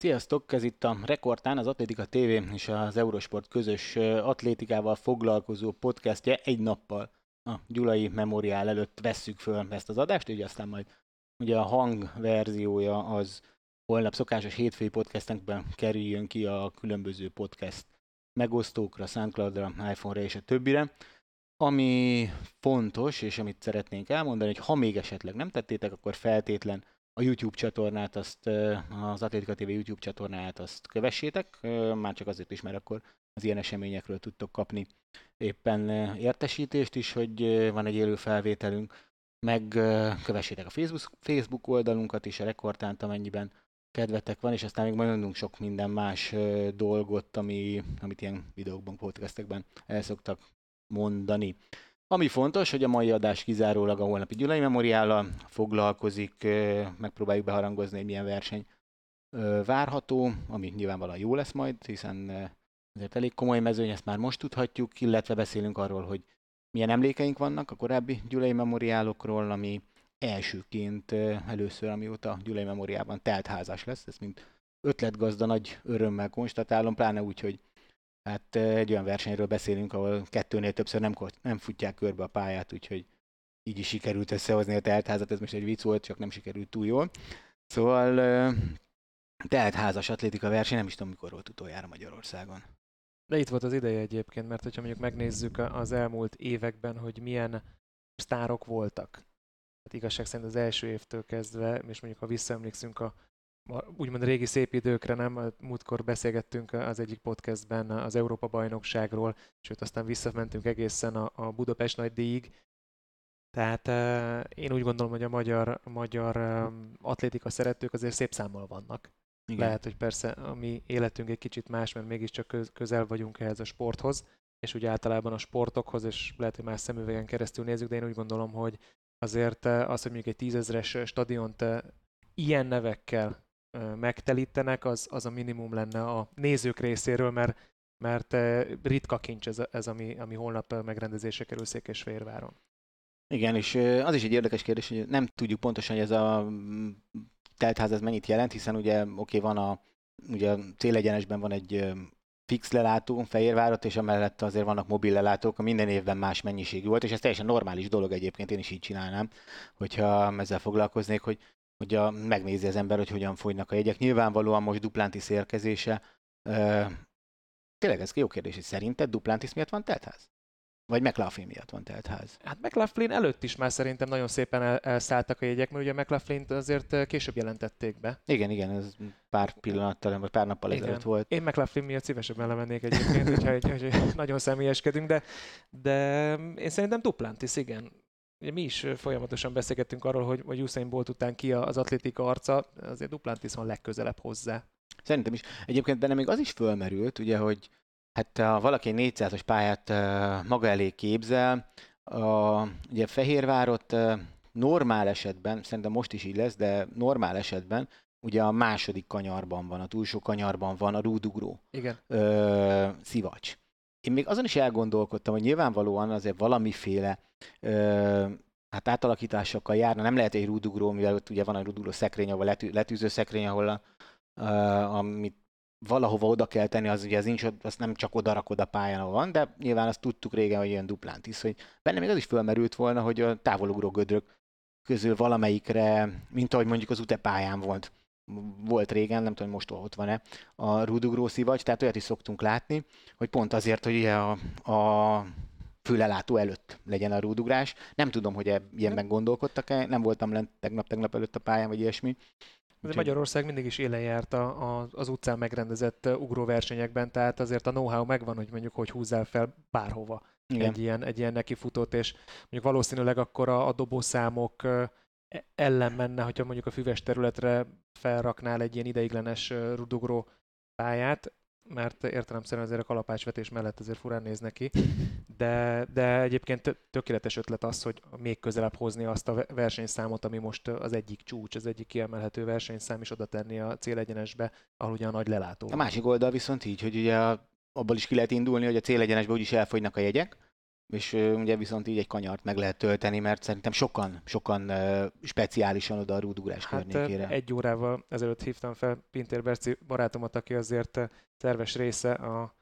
Sziasztok! Ez itt a Rekordtán, az Atlétika TV és az Eurosport közös atlétikával foglalkozó podcastje. Egy nappal a Gyulai Memoriál előtt vesszük föl ezt az adást, így aztán majd ugye a hangverziója az holnap szokásos hétfői podcastunkban kerüljön ki a különböző podcast megosztókra, SoundCloudra, iPhone-ra és a többire. Ami fontos, és amit szeretnénk elmondani, hogy ha még esetleg nem tettétek, akkor feltétlen a YouTube csatornát, az Atlétika TV YouTube csatornáját azt kövessétek, már csak azért is, mert akkor az ilyen eseményekről tudtok kapni éppen értesítést is, hogy van egy élő felvételünk, meg kövessétek a Facebook oldalunkat is, a Rekordtánt, amennyiben kedvetek van, és aztán még majd mondunk sok minden más dolgot, amit ilyen videókban, podcastekben el szoktak mondani. Ami fontos, hogy a mai adás kizárólag a holnapi Gyulai Memoriállal foglalkozik, megpróbáljuk beharangozni, hogy milyen verseny várható, ami nyilvánvalóan jó lesz majd, hiszen ezért elég komoly mezőny, ezt már most tudhatjuk, illetve beszélünk arról, hogy milyen emlékeink vannak a korábbi Gyulai Memoriálokról, ami elsőként először, amióta Gyulai Memoriálban teltházas lesz, ezt mint ötletgazda nagy örömmel konstatálom, pláne úgy, hogy hát egy olyan versenyről beszélünk, ahol kettőnél többször nem futják körbe a pályát, úgyhogy így is sikerült összehozni a teltházat, ez most egy vicc volt, csak nem sikerült túl jól. Szóval teltházas atlétika verseny, nem is tudom, mikor volt utoljára Magyarországon. De itt volt az ideje egyébként, mert hogyha mondjuk megnézzük az elmúlt években, hogy milyen sztárok voltak. Hát igazság szerint az első évtől kezdve, és mondjuk ha visszaemlékszünk a úgymond régi szép időkre, nem? Múltkor beszélgettünk az egyik podcastben az Európa-bajnokságról, sőt aztán visszamentünk egészen a Budapest nagydíjig. Tehát én úgy gondolom, hogy a magyar atlétika szeretők azért szép számmal vannak. Igen. Lehet, hogy persze a mi életünk egy kicsit más, mert mégiscsak közel vagyunk ehhez a sporthoz, és úgy általában a sportokhoz, és lehet, hogy más szemüvegen keresztül nézzük, de én úgy gondolom, hogy azért az, hogy mondjuk egy 10 000-es stadiont ilyen nevekkel megtelítenek, az a minimum lenne a nézők részéről, mert ritka kincs ez ami holnap megrendezésre kerül Székesfehérváron. Igen, és az is egy érdekes kérdés, hogy nem tudjuk pontosan, hogy ez a teltház ez mennyit jelent, hiszen ugye van ugye a célegyenesben van egy fix lelátó Fehérvárat, és amellett azért vannak mobil lelátók, a minden évben más mennyiségű volt, és ez teljesen normális dolog egyébként, én is így csinálnám, hogyha ezzel foglalkoznék, hogy megnézi az ember, hogy hogyan folynak a jegyek. Nyilvánvalóan most Duplantis érkezése. Tényleg ez jó kérdés, hogy szerinted Duplantis miatt van teltház? Vagy McLaughlin miatt van teltház? Hát McLaughlin előtt is már szerintem nagyon szépen elszálltak a jegyek, mert ugye McLaughlint azért később jelentették be. Igen, ez pár pillanattal, vagy pár nappal ezelőtt volt. Én McLaughlin miatt szívesebben lemennék egyébként, hogyha nagyon személyeskedünk, de én szerintem Duplantis, igen. Ugye mi is folyamatosan beszélgettünk arról, hogy Usain Bolt után ki az atlétika arca, azért Duplantis van legközelebb hozzá. Szerintem is. Egyébként benne még az is fölmerült, ugye, hogy hát ha valaki egy 400-as pályát maga elé képzel, ugye Fehérvárot normál esetben, szerintem most is így lesz, de normál esetben ugye a második kanyarban van, a túlsó kanyarban van a rúdugró. Igen. Szivacs. Én még azon is elgondolkodtam, hogy nyilvánvalóan azért valamiféle hát átalakításokkal járna. Nem lehet egy rúdugró, mivel ott ugye van a rúdugró szekrény, ahol letűző szekrény, ahol amit valahova oda kell tenni, az ugye az nincs, azt nem csak oda rakod a pályán, ahol van, de nyilván azt tudtuk régen, hogy ilyen Duplantis, hogy benne még az is fölmerült volna, hogy a távolugró gödrök közül valamelyikre, mint ahogy mondjuk az UTE pályán volt régen, nem tudom, most ott van-e a rúdugró szivacs, tehát olyat is szoktunk látni, hogy pont azért, hogy ugye a fülelátó előtt legyen a rúdugrás. Nem tudom, hogy ilyenben gondolkodtak-e, nem voltam lent tegnap előtt a pályán, vagy ilyesmi. De Magyarország mindig is élen járt az utcán megrendezett ugróversenyekben, tehát azért a know-how megvan, hogy mondjuk hogy húzzál fel bárhova egy ilyen nekifutót, és mondjuk valószínűleg akkor a dobószámok ellen menne, hogyha mondjuk a füves területre felraknál egy ilyen ideiglenes rudugró pályát, mert értelemszerűen azért a kalapácsvetés mellett azért furán néz neki, de egyébként tökéletes ötlet az, hogy még közelebb hozni azt a versenyszámot, ami most az egyik csúcs, az egyik kiemelhető versenyszám, és oda tenni a célegyenesbe, ahol ugye a nagy lelátó. A másik oldal viszont így, hogy ugye abból is ki lehet indulni, hogy a célegyenesbe úgyis elfogynak a jegyek, és ugye viszont így egy kanyart meg lehet tölteni, mert szerintem sokan speciálisan oda a rúdugrás környékére. 1 órával ezelőtt hívtam fel Pintér Berci barátomat, aki azért szerves része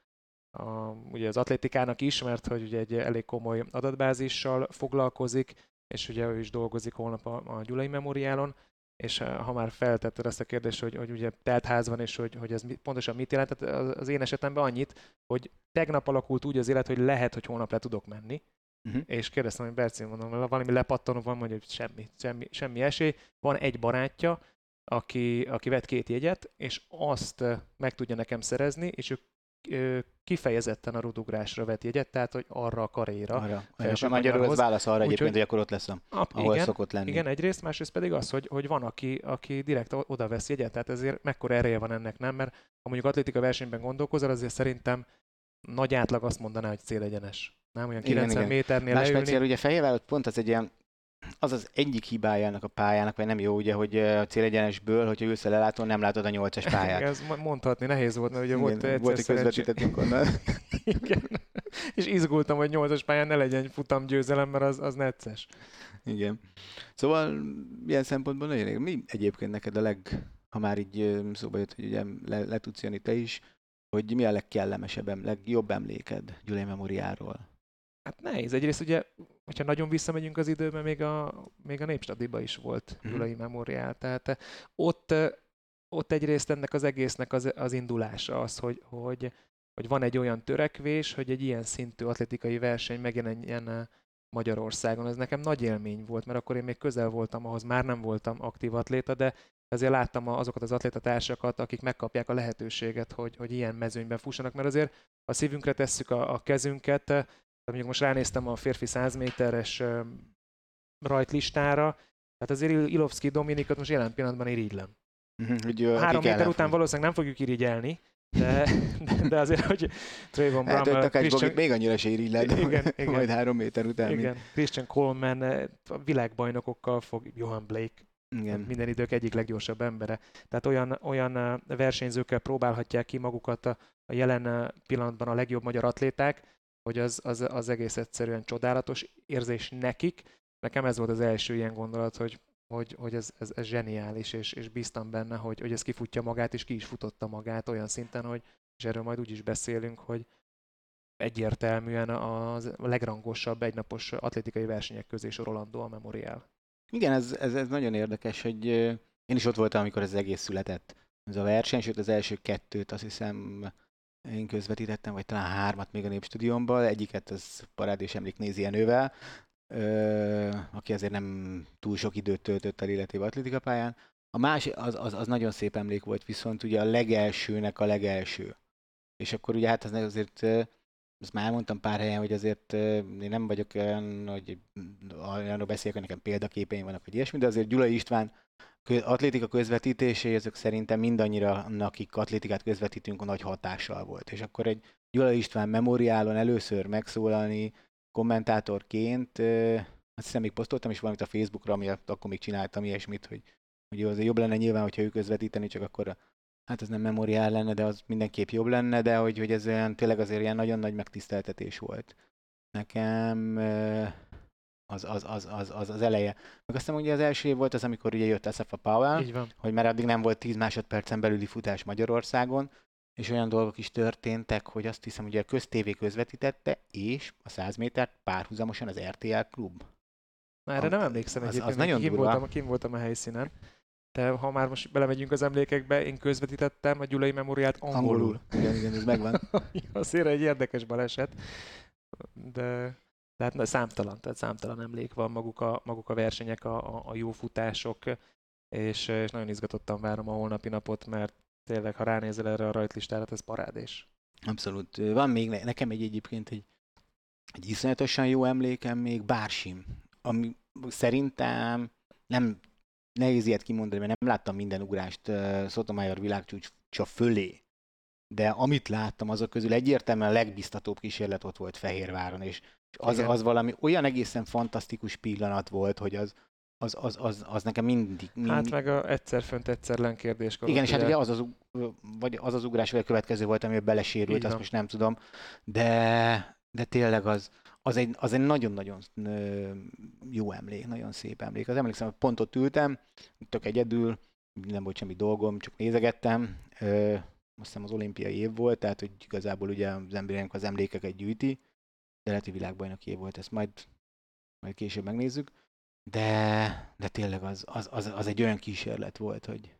ugye az atlétikának is, mert hogy ugye egy elég komoly adatbázissal foglalkozik, és ugye ő is dolgozik holnap a Gyulai Memoriálon, és ha már feltetted ezt a kérdést, hogy ugye teltház van, és hogy ez pontosan mit jelent, tehát az én esetemben annyit, hogy tegnap alakult úgy az élet, hogy lehet, hogy holnap le tudok menni, és kérdeztem, hogy Berci, mondom, valami lepattanó van, mondja, hogy semmi esély. Van egy barátja, aki vett 2 jegyet, és azt meg tudja nekem szerezni, és ő kifejezetten a rudugrásra vett jegyet, tehát hogy arra a karéra. Magyarul ez válasz arra egyébként, hogy akkor ott lesz, ahol igen, szokott lenni. Igen, egyrészt, másrészt pedig az, hogy van, aki direkt oda vesz jegyet, tehát ezért mekkora ereje van ennek, nem? Mert ha mondjuk atlétika versenyben gondolkozol, azért szerintem nagy átlag azt mondaná, hogy célegyenes. Nem olyan 90 méternél más leülni. speciál, ugye Fehérvár pont az egy ilyen, az egyik hibájának a pályának, vagy nem jó, ugye, hogy a célegyenesből, hogyha ülsz a lelátón, nem látod a 8-as pályát. Ez mondhatni nehéz volt, mert ugye volt egyszer hogy közvetítettünk onnan. Igen. És izgultam, hogy 8-as pályán ne legyen futamgyőzelem, mert az necces. Igen. Szóval ilyen szempontból nagyon érdekes. Mi egyébként neked ha már így szóba jött, hogy ugye le tudsz jönni te is, hogy mi a legkellemesebb, legjobb emléked Gyulai Memoriálról? Hát nehéz. Egyrészt ugye, hogyha nagyon visszamegyünk az időben, még a Népstadiba is volt Gyulai Memoriál. Tehát ott egyrészt ennek az egésznek az indulása az, hogy van egy olyan törekvés, hogy egy ilyen szintű atlétikai verseny megjelenjen Magyarországon. Ez nekem nagy élmény volt, mert akkor én még közel voltam ahhoz, már nem voltam aktív atléta, de azért láttam azokat az atlétatársakat, akik megkapják a lehetőséget, hogy ilyen mezőnyben fussanak, mert azért a szívünkre tesszük a kezünket. Mondjuk most ránéztem a férfi 100 méteres rajtlistára, tehát azért Ilovszki Dominikot most jelen pillanatban irigylem. 3 méter után valószínűleg nem fogjuk irigyelni, de azért, hogy Trayvon Bramwell, Christian... még annyira se irigyled, igen, majd 3 méter után. Igen, Christian Coleman a világbajnokokkal fog, Johan Blake, igen. Minden idők egyik leggyorsabb embere. Tehát olyan versenyzőkkel próbálhatják ki magukat a jelen pillanatban a legjobb magyar atléták, hogy az egész egyszerűen csodálatos érzés nekik. Nekem ez volt az első ilyen gondolat, hogy ez zseniális, és bíztam benne, hogy ez kifutja magát, és ki is futotta magát olyan szinten, hogy, és erről majd úgy is beszélünk, hogy egyértelműen a legrangosabb egynapos atlétikai versenyek közé sorolandó a Memorial. Igen, ez nagyon érdekes, hogy én is ott voltam, amikor ez egész született. Ez a verseny, sőt az első 2 azt hiszem én közvetítettem, vagy talán 3 még a Népstadionban, egyiket az Parád és Emlék nézi Jenővel, aki azért nem túl sok időt töltött el életébe atlétikapályán. A másik, az nagyon szép emlék volt, viszont ugye a legelsőnek a legelső. És akkor ugye hát azért, ezt már elmondtam pár helyen, hogy azért én nem vagyok olyan, hogy olyanról beszéljek, hogy nekem példaképeim vannak, hogy ilyesmi, de azért Gyulai István atlétika közvetítésé, ezek szerintem mindannyira, akik atlétikát közvetítünk, nagy hatással volt. És akkor egy Gyulai István Memoriálon először megszólalni kommentátorként, azt hiszem még posztoltam is valamit a Facebookra, ami akkor még csináltam ilyesmit, hogy azért jobb lenne nyilván, hogyha ő közvetíteni, csak akkor hát ez nem Memoriál lenne, de az mindenképp jobb lenne, de hogy ez olyan, tényleg azért ilyen nagyon nagy megtiszteltetés volt. Nekem az eleje. Meg aztán ugye az első év volt az, amikor ugye jött Asafa Powell, hogy már addig nem volt 10 másodpercen belüli futás Magyarországon, és olyan dolgok is történtek, hogy azt hiszem, hogy a köztévé közvetítette, és a 100 métert párhuzamosan az RTL Klub. Na, erre nem emlékszem egyébként, az nagyon durva. Kim voltam a helyszínen. De ha már most belemegyünk az emlékekbe, én közvetítettem a Gyulai Memoriált angolul. Igen, ez megvan. Azért egy érdekes baleset. De hát számtalan emlék van, maguk a versenyek, a jó futások, és nagyon izgatottan várom a holnapi napot, mert tényleg, ha ránézel erre a rajtlistára, ez parádés. Abszolút. Van még nekem egyébként egy iszonyatosan jó emlékem még Bársim, ami szerintem nehéz ilyet kimondani, mert nem láttam minden ugrást Sotomayor világcsúcsa fölé. De amit láttam, azok közül egyértelműen a legbiztatóbb kísérlet ott volt Fehérváron, és az valami olyan egészen fantasztikus pillanat volt, hogy az nekem mindig... Hát meg a egyszer fönt, egyszer len kérdéskor. Igen, és hát ugye az az ugrás, vagy a következő volt, amiben belesérült, azt most nem tudom, de tényleg az az egy nagyon-nagyon jó emlék, nagyon szép emlék. Az emlékszem, hogy pont ott ültem, tök egyedül, nem volt semmi dolgom, csak nézegettem. Azt hiszem az olimpiai év volt, tehát hogy igazából ugye az embernek az emlékeket gyűjti, de lehet, hogy világbajnoki év volt, ezt majd később megnézzük. De tényleg az egy olyan kísérlet volt, hogy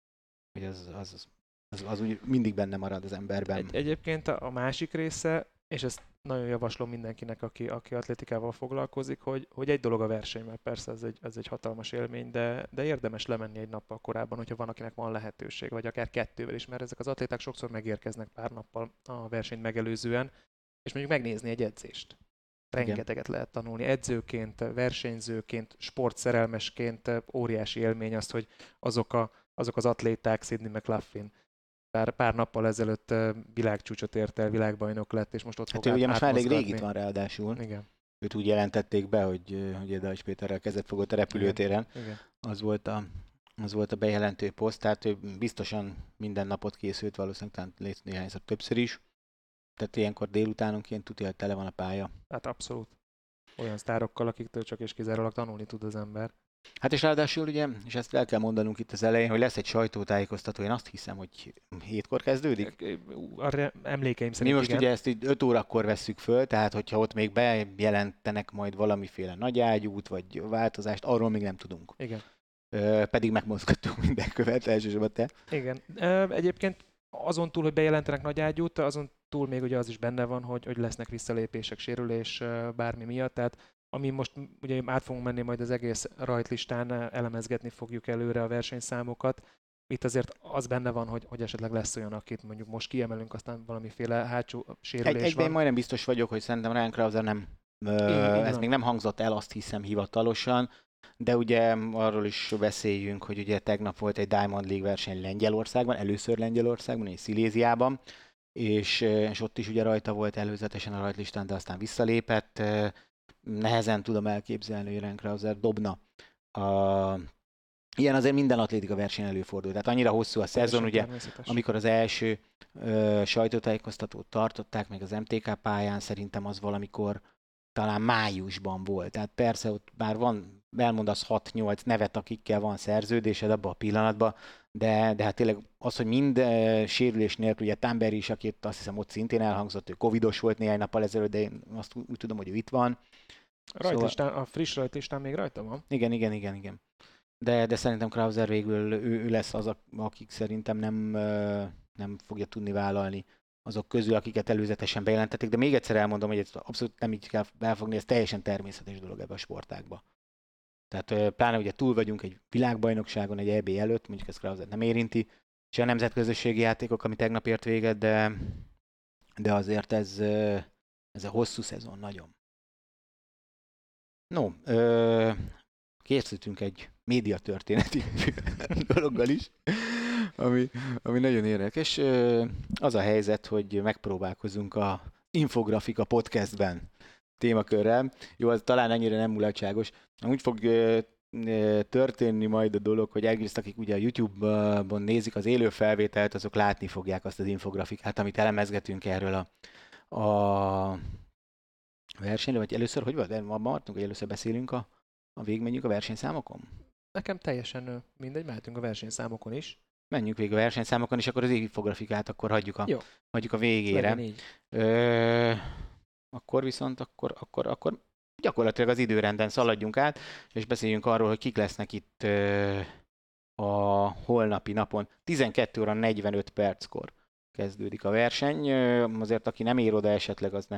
az úgy mindig benne marad az emberben. Egyébként a másik része, és ezt nagyon javaslom mindenkinek, aki atlétikával foglalkozik, hogy egy dolog a verseny, mert persze ez egy hatalmas élmény, de érdemes lemenni egy nappal korábban, hogyha van, akinek van lehetőség, vagy akár kettővel is, mert ezek az atléták sokszor megérkeznek pár nappal a versenyt megelőzően, és mondjuk megnézni egy edzést. Rengeteget lehet tanulni. Edzőként, versenyzőként, sportszerelmesként óriási élmény az, hogy azok az atléták, Sydney McLaughlin, pár nappal ezelőtt világcsúcsot ért el, világbajnok lett, és most ott fog ugye most már elég rég itt van ráadásul. Igen. Őt úgy jelentették be, hogy Dajcs Péterrel kezet fogott a repülőtéren. Igen. Az volt a bejelentő poszt, tehát ő biztosan minden napot készült, valószínűleg talán néhányszor többször is. Tehát ilyenkor délutánonként tudja, hogy tele van a pálya. Hát abszolút. Olyan sztárokkal, akiktől csak és kizárólag tanulni tud az ember. Hát és ráadásul ugye, és ezt el kell mondanunk itt az elején, hogy lesz egy sajtótájékoztató, én azt hiszem, hogy 7-kor kezdődik. Arra emlékeim Mi szerint most igen. ugye ezt így 5 órakor vesszük föl, tehát hogyha ott még bejelentenek majd valamiféle nagyágyút, vagy változást, arról még nem tudunk. Igen. Pedig megmozgattuk minden követ, elsősorban te. Igen. Egyébként azon túl, hogy bejelentenek nagy ágyút, azon túl még ugye az is benne van, hogy lesznek visszalépések, sérülés, bármi miatt. Tehát ami most ugye át fogunk menni majd az egész rajtlistán, elemezgetni fogjuk előre a versenyszámokat. Itt azért az benne van, hogy esetleg lesz olyan, akit mondjuk most kiemelünk, aztán valamiféle hátsó sérülés Egyben van. majdnem biztos vagyok, hogy szerintem Ryan Krauser nem, ez még nem hangzott el, azt hiszem hivatalosan, de ugye arról is beszéljünk, hogy ugye tegnap volt egy Diamond League verseny Lengyelországban, először Lengyelországban, és Sziléziában, és ott is ugye rajta volt előzetesen a rajtlistán, de aztán visszalépett. Nehezen tudom elképzelni, hogy Ryan Krauser dobna. Ilyen azért minden atlétika verseny előfordul. Tehát annyira hosszú a szezon, ugye, amikor az első sajtótájékoztatót tartották, meg az MTK pályán, szerintem az valamikor talán májusban volt. Tehát persze ott már van, elmondasz 6-8 nevet, akikkel van szerződésed abban a pillanatban, de hát tényleg az, hogy mind sérülés nélkül, ugye Tamberi is, aki azt hiszem ott szintén elhangzott, ő covidos volt néhány nappal ezelőtt, de én azt úgy tudom, hogy ő itt van. Rajtlistán, a friss rajtlistán még rajta van? Igen. De szerintem Krauser végül ő lesz az, akik szerintem nem fogja tudni vállalni azok közül, akiket előzetesen bejelentették. De még egyszer elmondom, hogy ez abszolút nem így kell elfogni, ez teljesen természetes dolog ebbe a sportágba. Tehát pláne ugye túl vagyunk egy világbajnokságon, egy EB előtt, mondjuk ez Krauser nem érinti, és a nemzetközösségi játékok, ami tegnap ért véget, de azért ez a hosszú szezon nagyon. No, készültünk egy médiatörténeti dologgal is, ami nagyon érdekes. Az a helyzet, hogy megpróbálkozunk a Infografika podcastben témakörrel. Jó, az talán ennyire nem mulatságos. Úgy fog történni majd a dolog, hogy egyrészt akik ugye a YouTube-on nézik az élő felvételt, azok látni fogják azt az infografikát, amit elemezgetünk erről a versenyről, vagy először, hogy volt? Ma martunk, hogy először beszélünk a végigmenjünk a versenyszámokon? Nekem teljesen mindegy, mehetünk a versenyszámokon is. Menjünk végig a versenyszámokon, és akkor az infografikát akkor hagyjuk a végére. Akkor viszont akkor gyakorlatilag az időrenden szaladjunk át, és beszéljünk arról, hogy kik lesznek itt a holnapi napon. 12 óra 45 perckor kezdődik a verseny. Azért, aki nem ér oda esetleg, az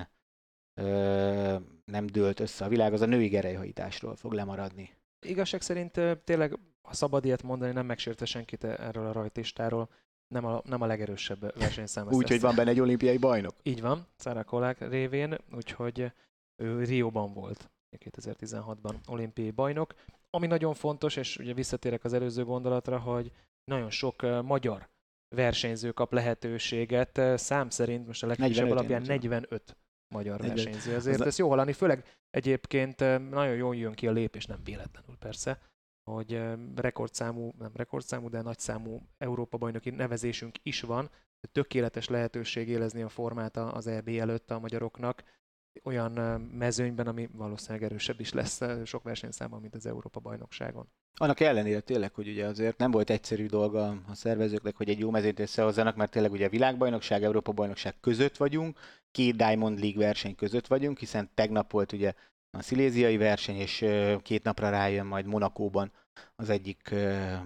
nem dőlt össze a világ, az a női gerelyhajításról fog lemaradni. Igazság szerint tényleg, ha szabad ilyet mondani, nem megsérte senkit erről a rajtlistáról. Nem a legerősebb versenyszám. Úgyhogy van benne egy olimpiai bajnok. Így van, Sarah Kolák révén, úgyhogy ő Rióban volt 2016-ban olimpiai bajnok. Ami nagyon fontos, és ugye visszatérek az előző gondolatra, hogy nagyon sok magyar versenyző kap lehetőséget. Szám szerint most a legfrissebb alapján 45 magyar versenyző. Ezért ez jó hallani, főleg egyébként nagyon jól jön ki a lépés, nem véletlenül persze, hogy nem rekordszámú, de nagyszámú Európa-bajnoki nevezésünk is van. Tökéletes lehetőség élezni a formát az EB előtt a magyaroknak. olyan mezőnyben, ami valószínűleg erősebb is lesz sok versenyszámban, mint az Európa-bajnokságon. Annak ellenére tényleg, hogy ugye azért nem volt egyszerű dolga a szervezőknek, hogy egy jó mezőnyt összehozzanak, mert tényleg ugye a világbajnokság, Európa-bajnokság között vagyunk, két Diamond League verseny között vagyunk, hiszen tegnap volt ugye a sziléziai verseny, és 2 napra rájön majd Monakóban az egyik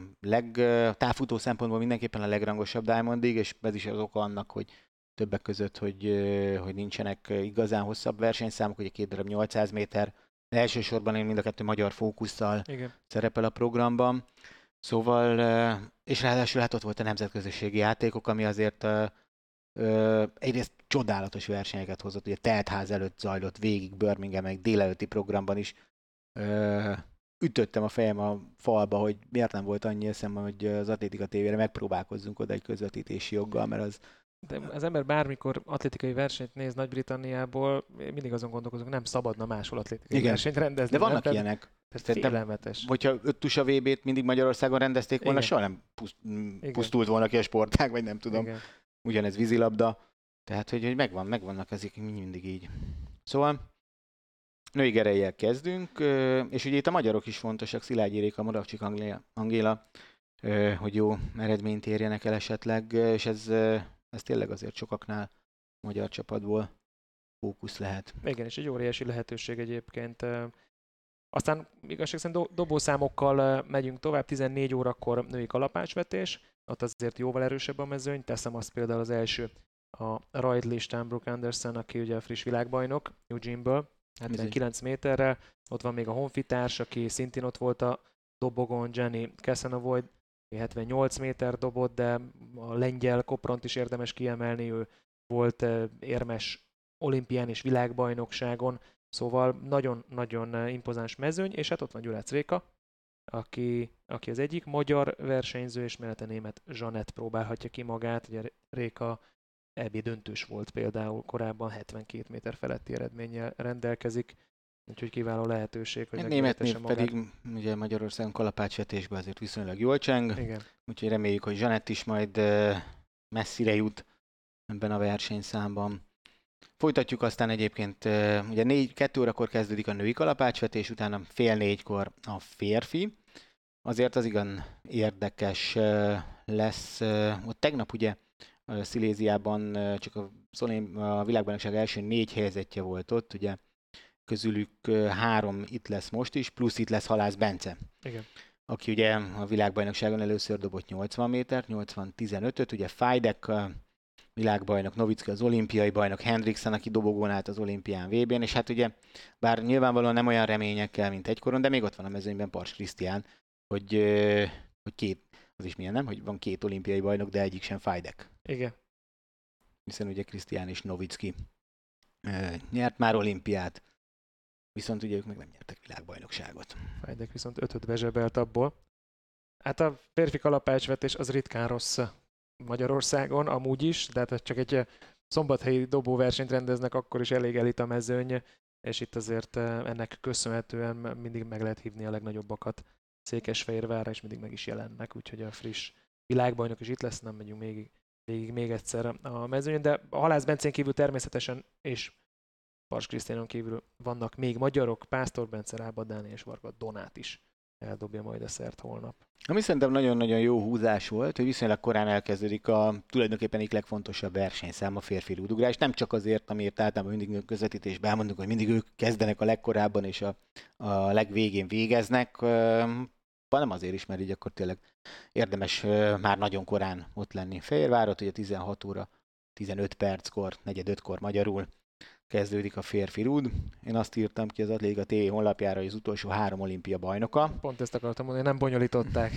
távfutó szempontból mindenképpen a legrangosabb Diamond League, és ez is az oka annak, hogy többek között, hogy nincsenek igazán hosszabb versenyszámok, ugye 2 darab 800 méter, de elsősorban én mind a 2 magyar fókusszal szerepel a programban. Szóval, és ráadásul hát ott volt a nemzetközösségi játékok, ami azért egyrészt csodálatos versenyeket hozott, ugye teltház előtt zajlott végig Birminghamig délelőtti programban is. Ütöttem a fejem a falba, hogy miért nem volt annyi eszem, hogy az Atlétika tévére megpróbálkozzunk oda egy közvetítési joggal, mert az... De az ember bármikor atlétikai versenyt néz Nagy-Britanniából, mindig azon gondolkozunk, nem szabadna máshol atlétikai versenyt rendezni. De vannak ilyenek. Félelmetes. Hogyha 5 tusa VB-t mindig Magyarországon rendezték volna, soha nem pusztult volna ki a sportág, vagy nem tudom. Igen. Ugyanez vízilabda. Tehát, hogy megvannak ezek mindig így. Szóval női gerelyjel kezdünk, és ugye itt a magyarok is fontosak, Szilágyi Réka, Moravcsik Angéla, hogy jó eredményt érjenek el esetleg, és ez tényleg azért sokaknál magyar csapatból fókusz lehet. Igen, és egy óriási lehetőség egyébként. Aztán igazság szerint dobószámokkal megyünk tovább, 14 órakor női kalapácsvetés, ott azért jóval erősebb a mezőny, teszem azt például az első a rajtlistán Brooke Anderson, aki ugye a friss világbajnok Eugene-ből, 79 méterrel, ott van még a honfitárs, aki szintén ott volt a dobogon, Jenny Casanavoy, 78 méter dobott, de a lengyel Kopront is érdemes kiemelni, ő volt érmes olimpián és világbajnokságon, szóval nagyon-nagyon impozáns mezőny, és hát ott van Gyulác Réka, aki az egyik magyar versenyző, és mellette német Zsanett próbálhatja ki magát. Ugye Réka EB döntős volt például korábban, 72 méter feletti eredménnyel rendelkezik, úgyhogy kiváló lehetőség, hogy németnél pedig ugye Magyarországon kalapácsvetésben azért viszonylag jól cseng, igen. Úgyhogy reméljük, hogy Zsanett is majd messzire jut ebben a versenyszámban. Folytatjuk aztán egyébként, ugye 2 órakor kezdődik a női kalapácsvetés, utána 3:30 a férfi. Azért az igen érdekes lesz. Ott tegnap ugye Sziléziában csak a világbajnokság első 4 helyezettje volt ott, ugye közülük 3 itt lesz most is, plusz itt lesz Halász Bence. Igen. Aki ugye a világbajnokságon először dobott 80 métert, 80-15-öt, ugye Fajdek világbajnok, Novicki az olimpiai bajnok, Hendrickson, aki dobogón állt az olimpián VB-n, és hát ugye, bár nyilvánvalóan nem olyan reményekkel, mint egykoron, de még ott van a mezőnyben Pars Krisztián, hogy az is milyen, nem? Hogy van 2 olimpiai bajnok, de egyik sem Fajdek. Igen. Hiszen ugye Krisztián és Novicki nyert már olimpiát, viszont ugye ők meg nem nyertek világbajnokságot. Fajdek viszont 5-öt bezsebelt abból. Hát a férfi kalapácsvetés az ritkán rossz Magyarországon, amúgy is, de hát csak egy szombathelyi dobóversenyt rendeznek, akkor is elég elit a mezőny, és itt azért ennek köszönhetően mindig meg lehet hívni a legnagyobbakat Székesfehérvárra, és mindig meg is jelennek, úgyhogy a friss világbajnok is itt lesz, nem megyünk végig még egyszer a mezőnyen, de a Halász Bencén kívül természetesen, és Pars Krisztiánon kívül vannak még magyarok, Pásztor Bence, Rába Dániel és Varga Donát is eldobja majd a szert holnap. Ami szerintem nagyon-nagyon jó húzás volt, hogy viszonylag korán elkezdődik tulajdonképpen egyik legfontosabb versenyszám, a férfi rúdugrás. Nem csak azért, amiért általában mindig közvetítésben elmondunk, hogy mindig ők kezdenek a legkorábban és a legvégén végeznek, hanem azért is, mert így akkor tényleg érdemes már nagyon korán ott lenni. Fehérvárot, ugye 16 óra 15 perckor, 4:45-kor magyarul kezdődik a férfi rúd. Én azt írtam ki az Atlétika TV honlapjára, hogy az utolsó 3 olimpia bajnoka. Pont ezt akartam mondani, nem bonyolították.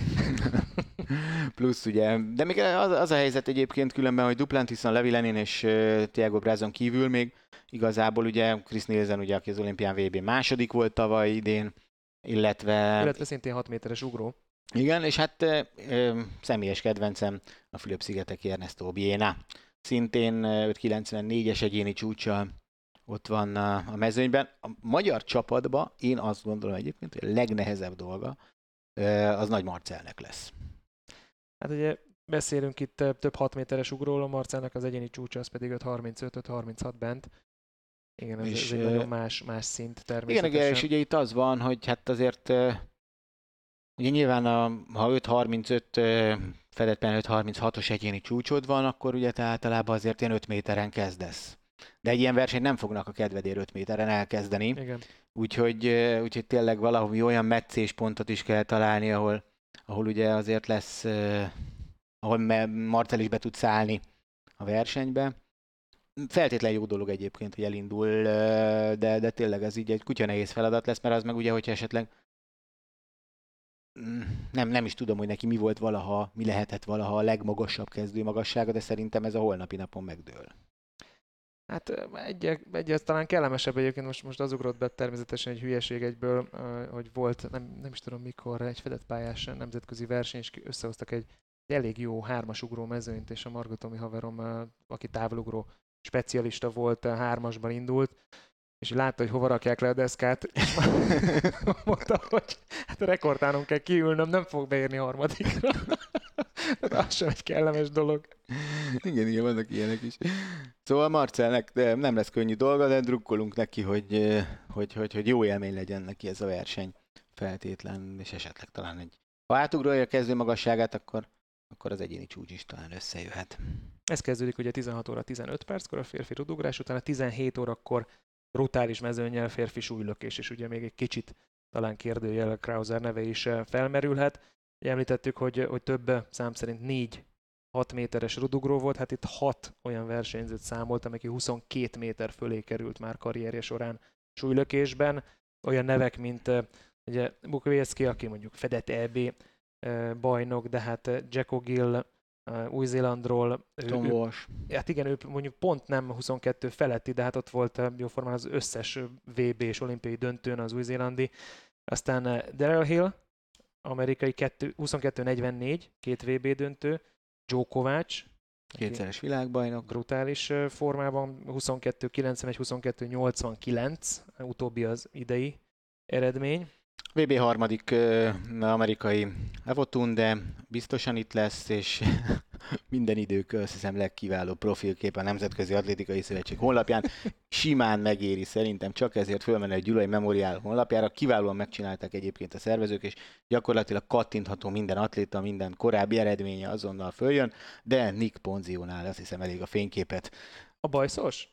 Plusz ugye, de még az a helyzet egyébként különben, hogy Duplantis-on, Levi Lenin és Thiago Brazon kívül még igazából ugye Chris Nielsen, ugye, aki az olimpián VB második volt tavaly idén, illetve szintén 6 méteres ugró. Igen, és hát személyes kedvencem a Fülöp-szigeteki Ernesto Biena. Szintén 5,94-es egyéni csúccsal ott van a mezőnyben. A magyar csapatban én azt gondolom egyébként, hogy a legnehezebb dolga az Nagy Marcelnek lesz. Hát ugye beszélünk itt több 6 méteres ugróról, Marcelnek az egyéni csúcsa az pedig 5,35-5,36 bent. Igen, ez És, egy nagyon más szint igen, természetesen. és ugye itt az van, hogy hát azért ugye nyilván ha 5.35 fedett penalty 5.36-os egyéni csúcsod van, akkor ugye te általában azért ilyen 5 méteren kezdesz. De egy ilyen versenyt nem fognak a kedvedért 5 méteren elkezdeni, Igen. úgyhogy tényleg valahol olyan meccéspontot is kell találni, ahol ugye azért lesz, ahol Marcel is be tud szállni a versenybe. Feltétlenül jó dolog egyébként, hogy elindul, de tényleg ez így egy kutya nehéz feladat lesz, mert az meg ugye, hogyha esetleg nem is tudom, hogy neki mi lehetett valaha a legmagasabb kezdő magassága, de szerintem ez a holnapi napon megdől. Hát egy talán kellemesebb egyébként, most az ugrott be természetesen egy hülyeség egyből, hogy volt, nem is tudom mikor, egy fedett pályás nemzetközi verseny, és összehoztak egy elég jó hármas ugró mezőnyt, és a Marga Tomi haverom, aki távolugró specialista volt, hármasban indult, és látta, hogy hova rakják le a deszkát, és mondta, hogy hát a rekordtánon kell kiülnöm, nem fog beérni harmadikra. Az sem egy kellemes dolog. Igen, vannak ilyenek is. Szóval Marcelnek nem lesz könnyű dolga, de drukkolunk neki, hogy jó élmény legyen neki ez a verseny feltétlen, és esetleg talán ha átugrálja a kezdő magasságát, akkor az egyéni csúcs is talán összejöhet. Ez kezdődik ugye 16 óra 15 perckor a férfi rudugrás, utána 17 órakor brutális mezőnnyel férfi súlylökés, és ugye még egy kicsit talán kérdőjel Krauser neve is felmerülhet. Említettük, hogy több szám szerint 4 6 méteres rudugró volt, hát itt 6 olyan versenyzőt számoltam, aki 22 méter fölé került már karrierje során súlylökésben. Olyan nevek, mint ugye Bukowiecki, aki mondjuk fedett EB bajnok, de hát Jacko Gill Új-Zélandról. Tom Walsh. Hát igen, ő mondjuk pont nem 22 feletti, de hát ott volt jóformán az összes VB és olimpiai döntőn az új-zélandi. Aztán Darrell Hill, amerikai 22-44, 2 VB döntő, Joe Kovács, kétszeres világbajnok. Brutális formában, 22-91-22-89, utóbbi az idei eredmény. VB harmadik amerikai Avotun, de biztosan itt lesz, és minden idők azt hiszem legkiválóbb profilkép a Nemzetközi Atlétikai Szövetség honlapján. Simán megéri szerintem csak ezért fölmenni a Gyulai Memorial honlapjára. Kiválóan megcsinálták egyébként a szervezők, és gyakorlatilag kattintható minden atléta, minden korábbi eredménye azonnal följön, de Nick Ponzionál azt hiszem elég a fényképet. A bajszos?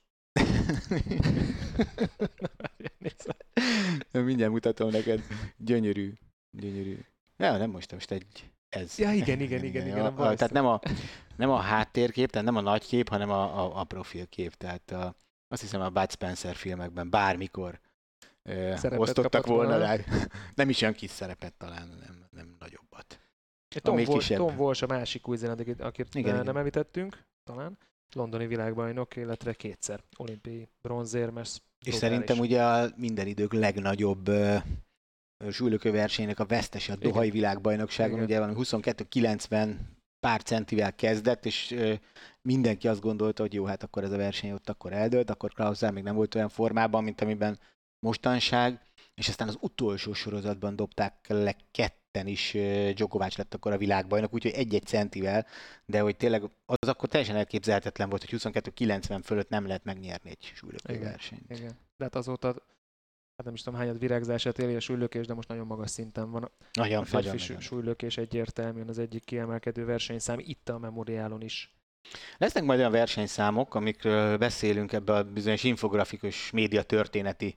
Mindjárt mutatom neked. Gyönyörű. Ja, nem most ez. Ja, igen. Tehát nem a háttérkép, tehát nem a nagykép, hanem a profilkép. Tehát azt hiszem a Bud Spencer filmekben bármikor osztottak volna rá. Nem is olyan kis szerepet talán, nem nagyobbat. Tom Walsh a másik új-zélandi, akit nem említettünk, talán. Londoni világbajnok, illetve 2-szer olimpiai bronzérmes. És szerintem ugye minden idők legnagyobb súlylökő versenynek a vesztese a Dohai világbajnokságon, ugye valami 22-90 pár centivel kezdett, és mindenki azt gondolta, hogy jó, hát akkor ez a verseny ott akkor eldőlt, akkor Krauser még nem volt olyan formában, mint amiben mostanság, és aztán az utolsó sorozatban dobták le ketten is, Djokovic lett akkor a világbajnok, úgyhogy egy-egy centivel, de hogy tényleg az akkor teljesen elképzelhetetlen volt, hogy 22-90 fölött nem lehet megnyerni egy súlylökő versenyt. Igen. De hát azóta hát nem is tudom hányad virágzását éli a súlylökés, de most nagyon magas szinten van. Nagyon, a férfi súlylökés egyértelműen az egyik kiemelkedő versenyszám itt a Memoriálon is. Lesznek majd olyan versenyszámok, amikről beszélünk ebbe a bizonyos infografikus média történeti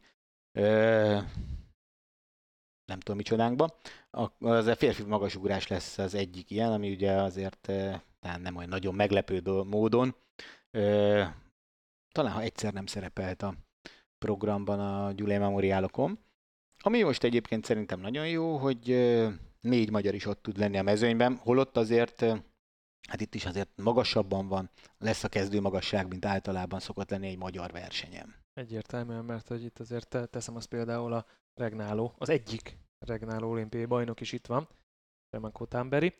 nem tudom micsodánkba. Az a férfi magasugrás lesz az egyik ilyen, ami ugye azért talán nem olyan nagyon meglepő módon. Talán ha egyszer nem szerepelt a programban a Gyulai Memoriálokon. Ami most egyébként szerintem nagyon jó, hogy 4 magyar is ott tud lenni a mezőnyben, holott azért, hát itt is azért magasabban lesz a kezdő magasság, mint általában szokott lenni egy magyar versenyen. Egyértelműen, mert hogy itt azért teszem azt például a regnáló, az egyik regnáló olimpiai bajnok is itt van, Remanko Tamberi,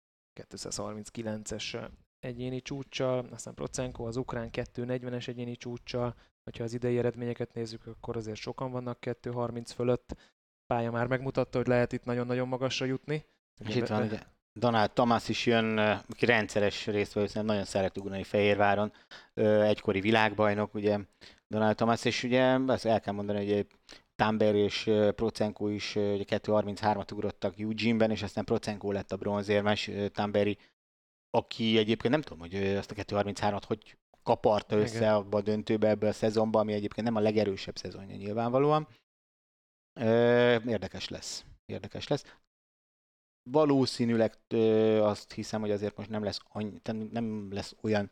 239-es egyéni csúccsal, aztán Procenko, az ukrán 240-es egyéni csúccsal, hogyha az idei eredményeket nézzük, akkor azért sokan vannak 230 fölött. Pálya már megmutatta, hogy lehet itt nagyon-nagyon magasra jutni. És itt van ugye Donald Thomas is jön, aki rendszeres résztvevő, szerintem nagyon szeret ugrani Fehérváron, egykori világbajnok, ugye Donald Thomas, és ugye ezt el kell mondani, hogy Tamber és Procenko is ugye 2.33-at ugrottak Eugene-ben, és aztán Procenko lett a bronzérmes, Tamberi, aki egyébként nem tudom, hogy azt a 2.33-at hogy kaparta össze Igen. abba a döntőbe ebbe a szezonban, ami egyébként nem a legerősebb szezonja nyilvánvalóan. Érdekes lesz. Érdekes lesz. Valószínűleg azt hiszem, hogy azért most nem lesz, nem lesz olyan,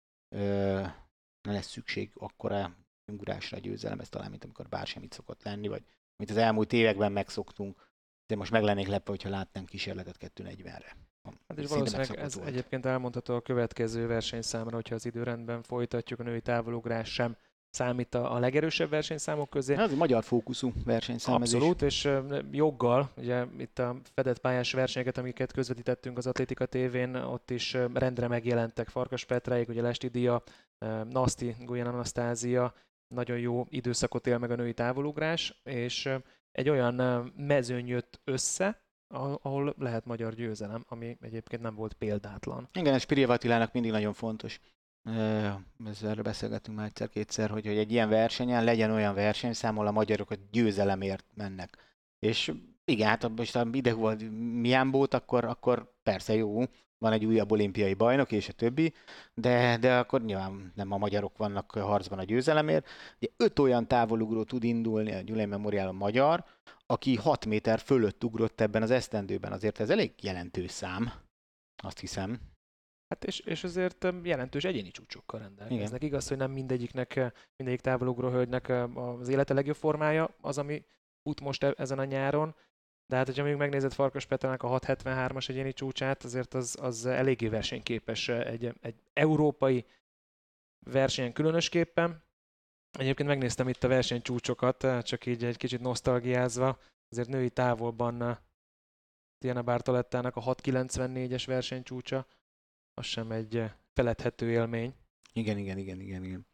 nem lesz szükség akkora ugurásra, győzelemhez talán, mint amikor bársemmit szokott lenni, vagy mint az elmúlt években megszoktunk. De most meg lennék lepve, hogyha látnánk kísérletet 2.40-re. Hát és valószínűleg ez egyébként elmondható a következő versenyszámra, hogyha az időrendben folytatjuk, a női távolugrás sem számít a legerősebb versenyszámok közé. Ez egy magyar fókuszú versenyszám. Abszolút, és joggal, ugye itt a fedett pályás versenyeket, amiket közvetítettünk az Atlétika tévén, ott is rendre megjelentek Farkas Petráig, ugye Lesti Dia, Naszti, Gulyán Anasztázia, nagyon jó időszakot él meg a női távolugrás, és egy olyan mezőny jött össze, ahol lehet magyar győzelem, ami egyébként nem volt példátlan. Igen, ez Spirjev Attilának mindig nagyon fontos. Ezzel beszélgettünk már egyszer-kétszer, hogy egy ilyen versenyen legyen olyan versenyszám, ahol a magyarok a győzelemért mennek. És igen, hát most ha ide volt Miánbót, akkor persze jó, van egy újabb olimpiai bajnok és a többi, de akkor nyilván nem a magyarok vannak harcban a győzelemért. Ugye 5 olyan távolugró tud indulni a Gyulai Memorial magyar, aki 6 méter fölött ugrott ebben az esztendőben. Azért ez elég jelentős szám, azt hiszem. Hát és azért jelentős egyéni csúcsokkal rendelkeznek. Igaz, hogy nem mindegyik távolugró hölgynek az élete legjobb formája az, ami fut most ezen a nyáron, de hát, hogyha még megnézed Farkas Petrának a 6.73-as egyéni csúcsát, azért az eléggé versenyképes egy európai versenyen különösképpen. Egyébként megnéztem itt a versenycsúcsokat, csak így egy kicsit nosztalgiázva, azért női távolban Tiana Bartolettának a 6.94-es versenycsúcsa, az sem egy feledhető élmény. Igen.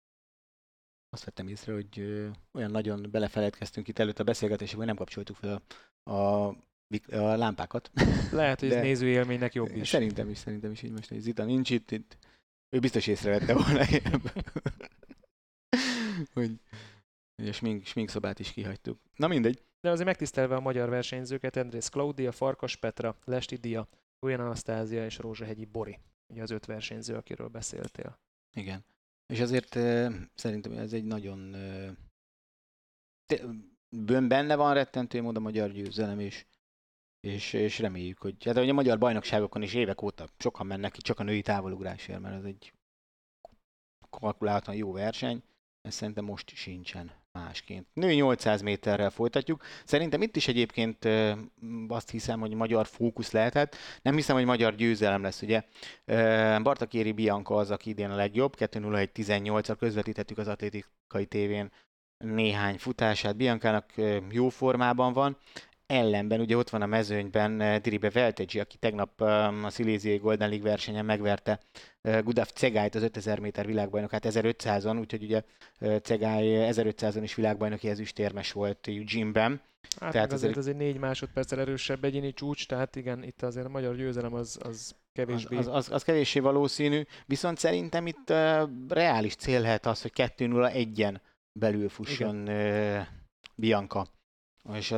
Azt vettem észre, hogy olyan nagyon belefeledkeztünk itt előtt a beszélgetésben, hogy nem kapcsoltuk fel a lámpákat. Lehet, hogy ez nézői élménynek jobb is. Szerintem is így most, hogy Zita nincs itt. Ő biztos észrevette volna hogy a sminkszobát is kihagytuk. Na mindegy. De azért megtisztelve a magyar versenyzőket, Andrész Klaudia, Farkas Petra, Lesti Dia, Gulyán Anasztázia és Rózsahegyi Bori. Ugye az 5 versenyző, akiről beszéltél. Igen. És azért szerintem ez egy nagyon... benne van rettentő módon a magyar győzelem, és reméljük, hogy... Hát a magyar bajnokságokon is évek óta sokan mennek ki csak a női távolugrásért, mert ez egy kalkuláltan jó verseny. Ez szerintem most sincsen másként. Női 800 méterrel folytatjuk. Szerintem itt is egyébként azt hiszem, hogy magyar fókusz lehetett. Nem hiszem, hogy magyar győzelem lesz, ugye. Bartakéri Bianca az, aki idén a legjobb. 2.01.18-al közvetítettük az Atlétikai tévén néhány futását. Biancának jó formában van. Ellenben ugye ott van a mezőnyben Diribe Veltegi, aki tegnap a Sziléziai Golden League versenyen megverte Gudav Cegályt, az 5000 méter világbajnokát 1500-on, úgyhogy ugye Cegály 1500-on is világbajnoki ezüstérmes volt Eugene-ben. Hát tehát azért az egy 4 másodperccel erősebb egyéni csúcs, tehát igen, itt azért a magyar győzelem az kevésbé... Az kevéssé valószínű, viszont szerintem itt reális cél lehet az, hogy 2.01-en belül fusson Bianca. És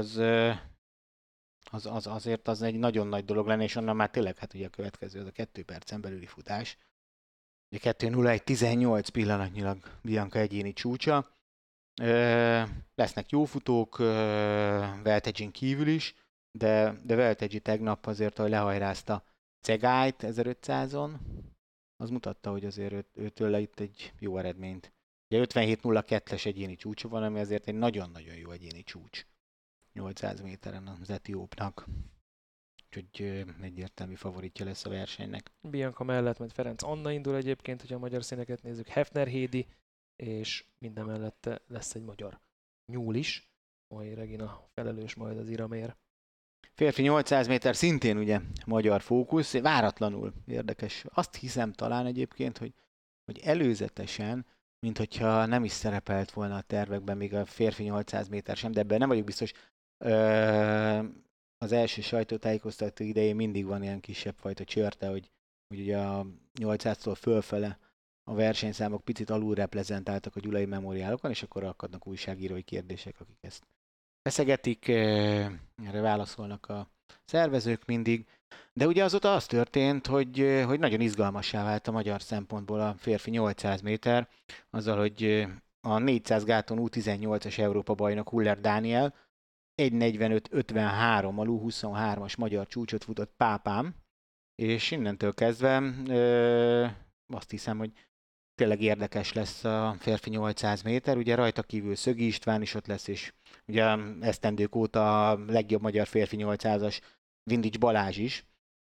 azért az egy nagyon nagy dolog lenne, és onnan már tényleg, hát ugye a következő, az a 2 percen belüli futás. Ugye 2.01.18 pillanatnyilag Bianca egyéni csúcsa. Lesznek jó futók Veltegin kívül is, de Veltegi tegnap azért, ahogy lehajrázta Cegályt 1500-on, az mutatta, hogy azért őtől itt egy jó eredményt. Ugye 57.02-es egyéni csúcsa van, ami azért egy nagyon-nagyon jó egyéni csúcs. 800 méteren az etiópnak. Úgyhogy egyértelmű favoritja lesz a versenynek. Bianca mellett majd Ferenc Anna indul egyébként, hogyha a magyar színeket nézzük, Hefner Hédi, és minden mellett lesz egy magyar nyúl is. Mai Regina felelős majd az iramért. Férfi 800 méter szintén ugye magyar fókusz, váratlanul érdekes. Azt hiszem talán egyébként, hogy előzetesen, mint hogyha nem is szerepelt volna a tervekben még a férfi 800 méter sem, de ebben nem vagyok biztos. az első sajtótájékoztató idején mindig van ilyen kisebb fajta csörte, hogy ugye a 800-tól fölfele a versenyszámok picit alul reprezentáltak a gyulai memoriálokon, és akkor akadnak újságírói kérdések, akik ezt feszegetik, erre válaszolnak a szervezők mindig. De ugye azóta az történt, hogy nagyon izgalmassá vált a magyar szempontból a férfi 800 méter, azzal, hogy a 400 gáton U18-as Európa bajnok Huller Dániel 1.45.53 a U23-as magyar csúcsot futott Pápám, és innentől kezdve azt hiszem, hogy tényleg érdekes lesz a férfi 800 méter. Ugye rajta kívül Szögi István is ott lesz, és ugye esztendők óta a legjobb magyar férfi 800-as Vindics Balázs is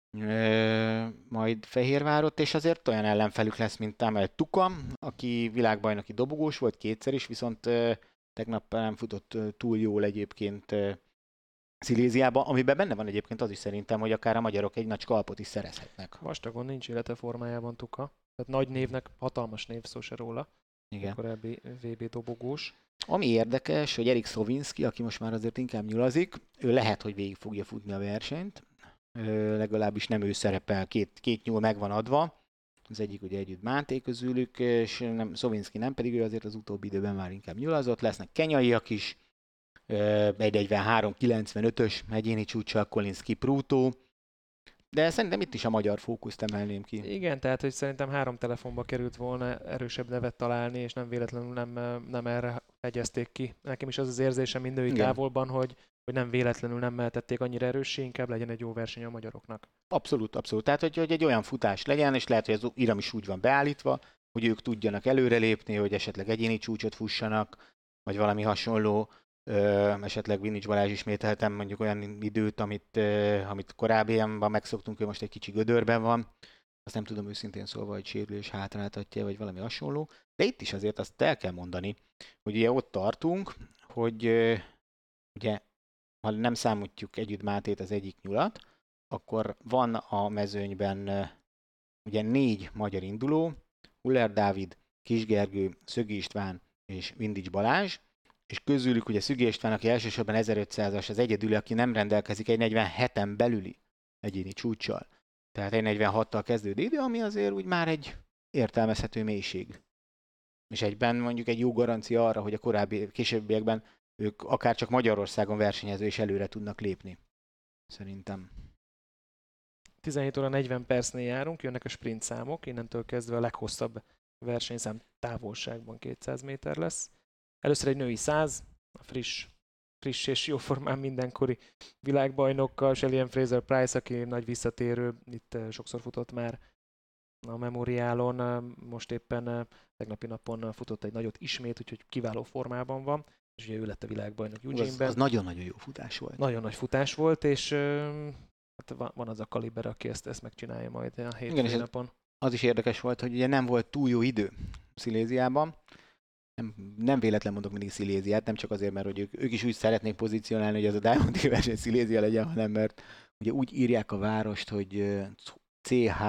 majd Fehérvárott, és azért olyan ellenfelük lesz, mint Amel Tuka, aki világbajnoki dobogós volt kétszer is, viszont tegnap nem futott túl jól egyébként Sziléziában, amiben benne van egyébként az is szerintem, hogy akár a magyarok egy nagy skalpot is szerezhetnek. Vastagon nincs élete formájában Tuka. Tehát nagy névnek, hatalmas név, szó se róla. Igen. Korábbi VB dobogós. Ami érdekes, hogy Erik Szovinszky, aki most már azért inkább nyulazik, ő lehet, hogy végig fogja futni a versenyt. Legalábbis nem ő szerepel, két nyúl meg van adva. Az egyik ugye együtt Máté közülük, és nem, Szovinszky nem, pedig ő azért az utóbbi időben már inkább nyulazott. Lesznek kenyaiak is, 1.43.95-ös egyéni csúccsal Collins Kipruto, de szerintem itt is a magyar fókuszt emelném ki. Igen, tehát hogy szerintem 3 telefonba került volna erősebb nevet találni, és nem véletlenül nem erre hegyezték ki. Nekem is az az érzésem mind női távolban, hogy nem véletlenül nem meltették annyira erőssé, inkább legyen egy jó verseny a magyaroknak. Abszolút, abszolút. Tehát, hogy egy olyan futás legyen, és lehet, hogy az iram is úgy van beállítva, hogy ők tudjanak előrelépni, hogy esetleg egyéni csúcsot fussanak, vagy valami hasonló. Esetleg Vinnics Balázs ismételtem mondjuk olyan időt, amit korábbianban megszoktunk, ő most egy kicsi gödörben van. Azt nem tudom őszintén szólva, hogy sérülés hátráltatja, vagy valami hasonló. De itt is azért azt el kell mondani, hogy ugye ott tartunk, hogy ugye, ha nem számítjuk együtt Mátét az egyik nyulat, akkor van a mezőnyben ugye 4 magyar induló, Huller Dávid, Kis Gergő, Szögi István és Vindics Balázs, és közülük ugye Szögi István, aki elsősorban 1500-as, az egyedüli, aki nem rendelkezik egy 47-en belüli egyéni csúccsal. Tehát egy 46-tal kezdődő idő, ami azért úgy már egy értelmezhető mélység. És egyben mondjuk egy jó garancia arra, hogy a későbbiekben ők akár csak Magyarországon versenyező és előre tudnak lépni. Szerintem. 17 óra 40 percnél járunk, jönnek a sprint számok, innentől kezdve a leghosszabb versenyszám távolságban 200 méter lesz. Először egy női 100, a friss és jóformán mindenkori világbajnokkal, Shelly Fraser Price, aki nagy visszatérő, itt sokszor futott már a memoriálon, most éppen tegnapi napon futott egy nagyot ismét, úgyhogy kiváló formában van, és ugye ő lett a világbajnok Eugene-ben. Az nagyon-nagyon jó futás volt. Nagyon nagy futás volt, és hát van az a kaliber, aki ezt megcsinálja majd a hétfői napon. Az is érdekes volt, hogy ugye nem volt túl jó idő Sziléziában. Nem véletlen mondok mindig Sziléziát, nem csak azért, mert hogy ők is úgy szeretnék pozícionálni, hogy ez a Diamond League verseny Szilézia legyen, hanem mert ugye úgy írják a várost, hogy CH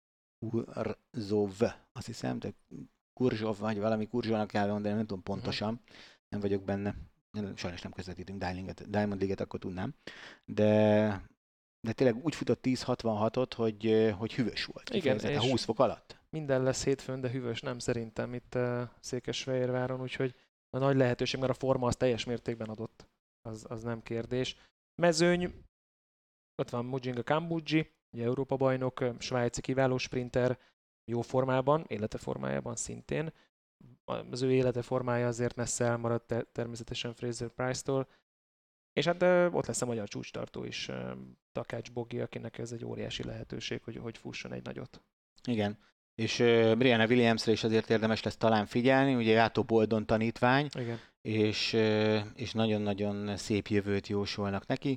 Kurzov, azt hiszem, de Kurzsov, vagy valami Kurzsónak kell mondani, nem tudom pontosan, nem vagyok benne. Sajnos nem közvetítünk Diamond League-et, akkor tudnám. De tényleg úgy futott 10.66-ot, hogy hűvös volt. Igen, és 20 fok alatt. Minden lesz hétfőn, de hűvös nem szerintem itt Székesfehérváron, úgyhogy a nagy lehetőség, mert a forma az teljes mértékben adott. Az nem kérdés. Mezőny, ott van Mujinga Kambuji, ugye Európa bajnok, svájci kiváló sprinter, jó formában, élete formájában szintén. Az ő élete formája azért messze elmaradt természetesen Fraser Price-tól. És hát ott lesz a magyar csúcstartó is, Takács Bogi, akinek ez egy óriási lehetőség, hogy fusson egy nagyot. Igen. És Brianna Williamsre is azért érdemes lesz talán figyelni, ugye Játó Boldon tanítvány, igen. És nagyon-nagyon szép jövőt jósolnak neki.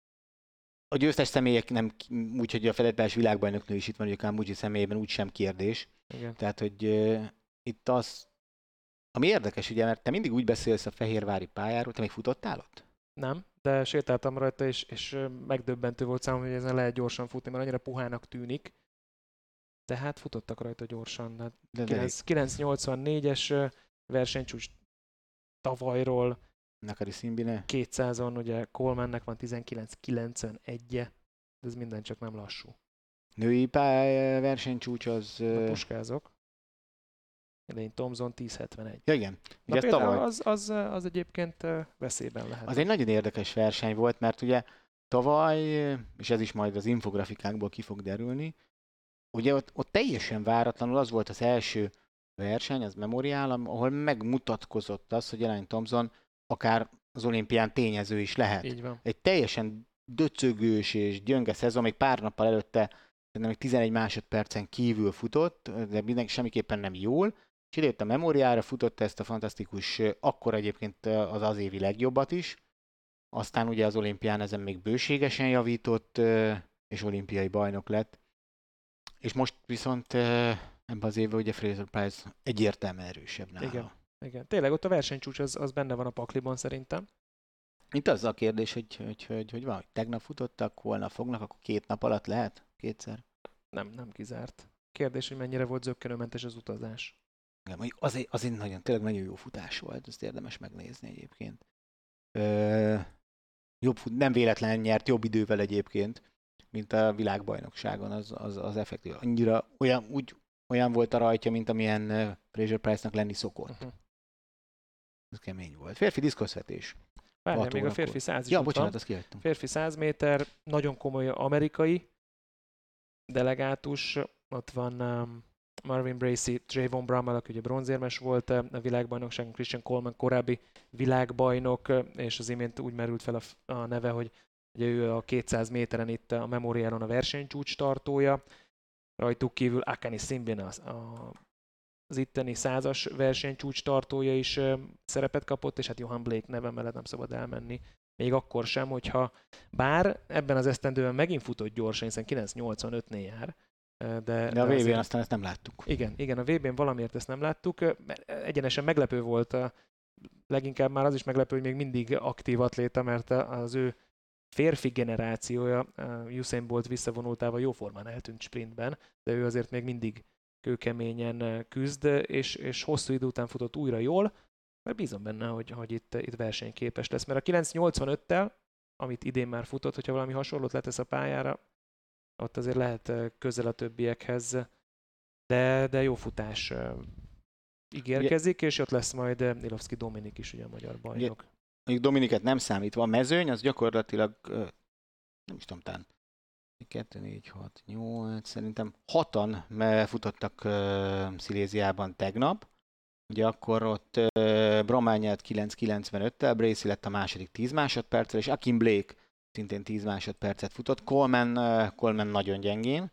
A győztes személyek nem úgy, hogy a fedettbás világbajnoknő is itt van, hogy a Kambuji személyében úgy sem kérdés. Igen. Tehát, hogy itt az, ami érdekes, ugye, mert te mindig úgy beszélsz a fehérvári pályáról, te még futottál ott? Nem, de sétáltam rajta, és megdöbbentő volt számomra, hogy ezen lehet gyorsan futni, mert annyira puhának tűnik. De hát futottak rajta gyorsan. Hát 984-es versenycsúcs tavalyról, Nakari Simbine. 200-on ugye Colemannek van 19.91-je, de ez minden csak nem lassú. Női versenycsúcs az... Na puskázok. Elaine Thompson 10.71. Ja, igen. Na Ugye például tavaly... az egyébként veszélyben lehet. Az egy nagyon érdekes verseny volt, mert ugye tavaly, és ez is majd az infografikákból ki fog derülni, ugye ott teljesen váratlanul az volt az első verseny, az Memorial, ahol megmutatkozott az, hogy Elaine Thompson akár az olimpián tényező is lehet. Így van. Egy teljesen döcögős és gyönge szezon, még pár nappal előtte szerintem még 11 másodpercen kívül futott, de mindenki semmiképpen nem jól, és idejött a Memorialra, futott ezt a fantasztikus, akkor egyébként az évi legjobbat is, aztán ugye az olimpián ezen még bőségesen javított, és olimpiai bajnok lett. És most viszont ebben az évben ugye Fraser Price egyértelműen erősebb nála. Igen. Tényleg ott a versenycsúcs az benne van a pakliban szerintem. Itt az a kérdés, hogy van, hogy tegnap futottak, holnap fognak, akkor 2 nap alatt lehet? Kétszer? Nem kizárt. Kérdés, hogy mennyire volt zökkenőmentes az utazás. Igen, azért nagyon, tényleg nagyon jó futás volt, ezt érdemes megnézni egyébként. Nem véletlen nyert jobb idővel egyébként, mint a világbajnokságon, az effektív. Annyira olyan volt a rajtja, mint amilyen Fraser Price-nak lenni szokott. Uh-huh. Ez kemény volt. Férfi diszkoszvetés. Várjál, még a férfi 100 is ja, ott bocsánat, van. azt kihagytam. Férfi 100 méter, nagyon komoly amerikai delegátus. Ott van Marvin Bracy, Trayvon Bramwell, aki ugye bronzérmes volt a világbajnokságon, Christian Coleman korábbi világbajnok, és az imént úgy merült fel a neve, hogy ugye ő a 200 méteren itt a Memorialon a versenycsúcs tartója. Rajtuk kívül Akani Simbine az itteni 100-as versenycsúcs tartója is szerepet kapott, és hát Johan Blake neve mellett nem szabad elmenni. Még akkor sem, hogyha bár ebben az esztendőben megint futott gyorsan, hiszen 9.85-nél jár. De a VB-n aztán ezt nem láttuk. Igen, a VB-n valamiért ezt nem láttuk. Egyenesen meglepő volt, leginkább már az is meglepő, hogy még mindig aktív atléta, mert az ő férfi generációja Usain Bolt visszavonultával jóformán eltűnt sprintben, de ő azért még mindig kőkeményen küzd, és hosszú idő után futott újra jól, mert bízom benne, hogy itt versenyképes lesz. Mert a 9.85-tel, amit idén már futott, hogyha valami hasonlót letesz a pályára, ott azért lehet közel a többiekhez, de jó futás ígérkezik, és ott lesz majd Ilovszki Dominik is, ugye a magyar bajnok. Mondjuk Dominiket nem számítva, a mezőny az gyakorlatilag, nem is tudom, talán 2, 4, 6, 8, szerintem 6-an futottak Sziléziában tegnap. Ugye akkor ott Bromán nyert 9.95-tel, Bracy lett a második 10 másodperccel, és Akin Blake szintén 10 másodpercet futott. Coleman nagyon gyengén.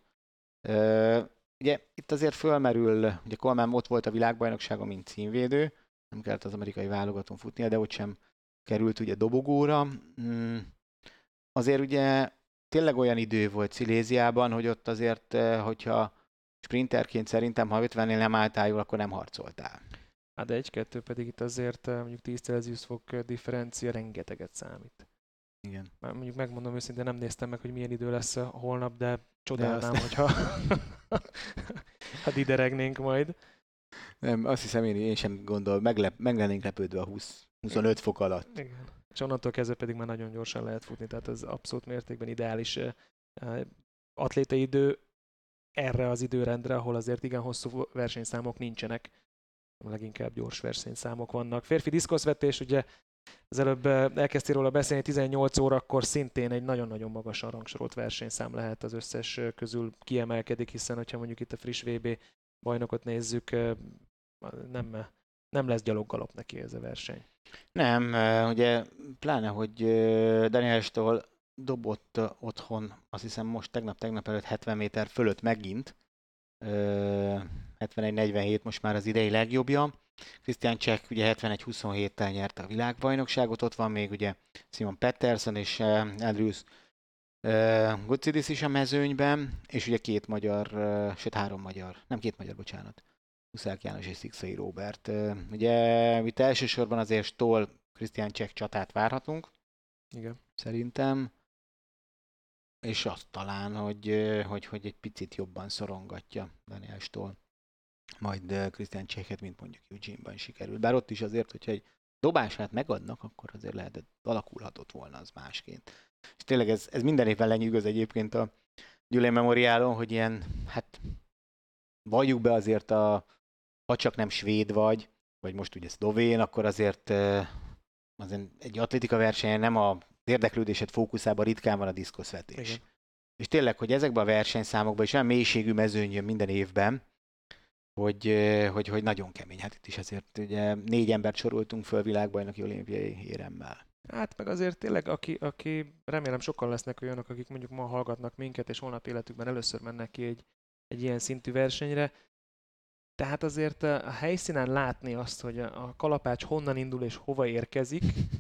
Ugye itt azért fölmerül, ugye Coleman ott volt a világbajnokságon, mint címvédő, nem kellett az amerikai válogatón futnia, de ott sem került ugye dobogóra. Azért ugye tényleg olyan idő volt Sziléziában, hogy ott azért, hogyha sprinterként szerintem, ha 50-nél nem álltál jól, akkor nem harcoltál. Hát de 1-2 pedig itt azért mondjuk 10 Celsius fok differencia rengeteget számít. Igen. Már mondjuk megmondom őszintén, nem néztem meg, hogy milyen idő lesz holnap, de csodálnám, hogyha ha dideregnénk majd. Nem, azt hiszem én sem gondolom, meg lennénk lepődve a 25 fok alatt. Igen. És onnantól kezdve pedig már nagyon gyorsan lehet futni, tehát ez abszolút mértékben ideális atlétai idő erre az időrendre, ahol azért igen hosszú versenyszámok nincsenek, leginkább gyors versenyszámok vannak. Férfi diszkoszvetés, ugye az előbb elkezdtél róla beszélni, 18 órakor szintén egy nagyon-nagyon magasan rangsorolt versenyszám lehet az összes közül kiemelkedik, hiszen hogyha mondjuk itt a friss VB bajnokot nézzük, nem lesz gyaloggalop neki ez a verseny. Nem, ugye pláne, hogy Danielstól dobott otthon, azt hiszem most tegnap előtt 70 méter fölött megint, 71-47 most már az idei legjobbja. Christian Czech ugye 71-27-tel nyerte a világbajnokságot, ott van még ugye Simon Pettersson és Andrews Gutsidis is a mezőnyben, és ugye 2 magyar, sőt 3 magyar, nem 2 magyar, bocsánat, Huszák János és Szikszai Róbert. Ugye itt elsősorban azért Stoll Christian Czech csatát várhatunk, igen, szerintem, és azt talán, hogy egy picit jobban szorongatja Daniel Stoll majd Christian Czechet, mint mondjuk Eugene-ban sikerült. Bár ott is azért, hogyha egy dobását megadnak, akkor azért lehetett, alakulhatott volna az másként. És tényleg ez minden évben lenyűgöz egyébként a Gyulai Memoriálon, hogy ilyen, hát valljuk be azért ha csak nem svéd vagy most ugye szlovén, akkor azért egy atlétika versenyen nem az érdeklődésed fókuszában ritkán van a diszkoszvetés. Igen. És tényleg, hogy ezekben a versenyszámokban is olyan mélységű mezőny jön minden évben, hogy nagyon kemény. Hát itt is azért ugye 4 embert soroltunk föl világbajnoki olimpiai éremmel. Hát meg azért tényleg, aki remélem sokan lesznek olyanok, akik mondjuk ma hallgatnak minket, és holnap életükben először mennek ki egy ilyen szintű versenyre. Tehát azért a helyszínen látni azt, hogy a kalapács honnan indul és hova érkezik,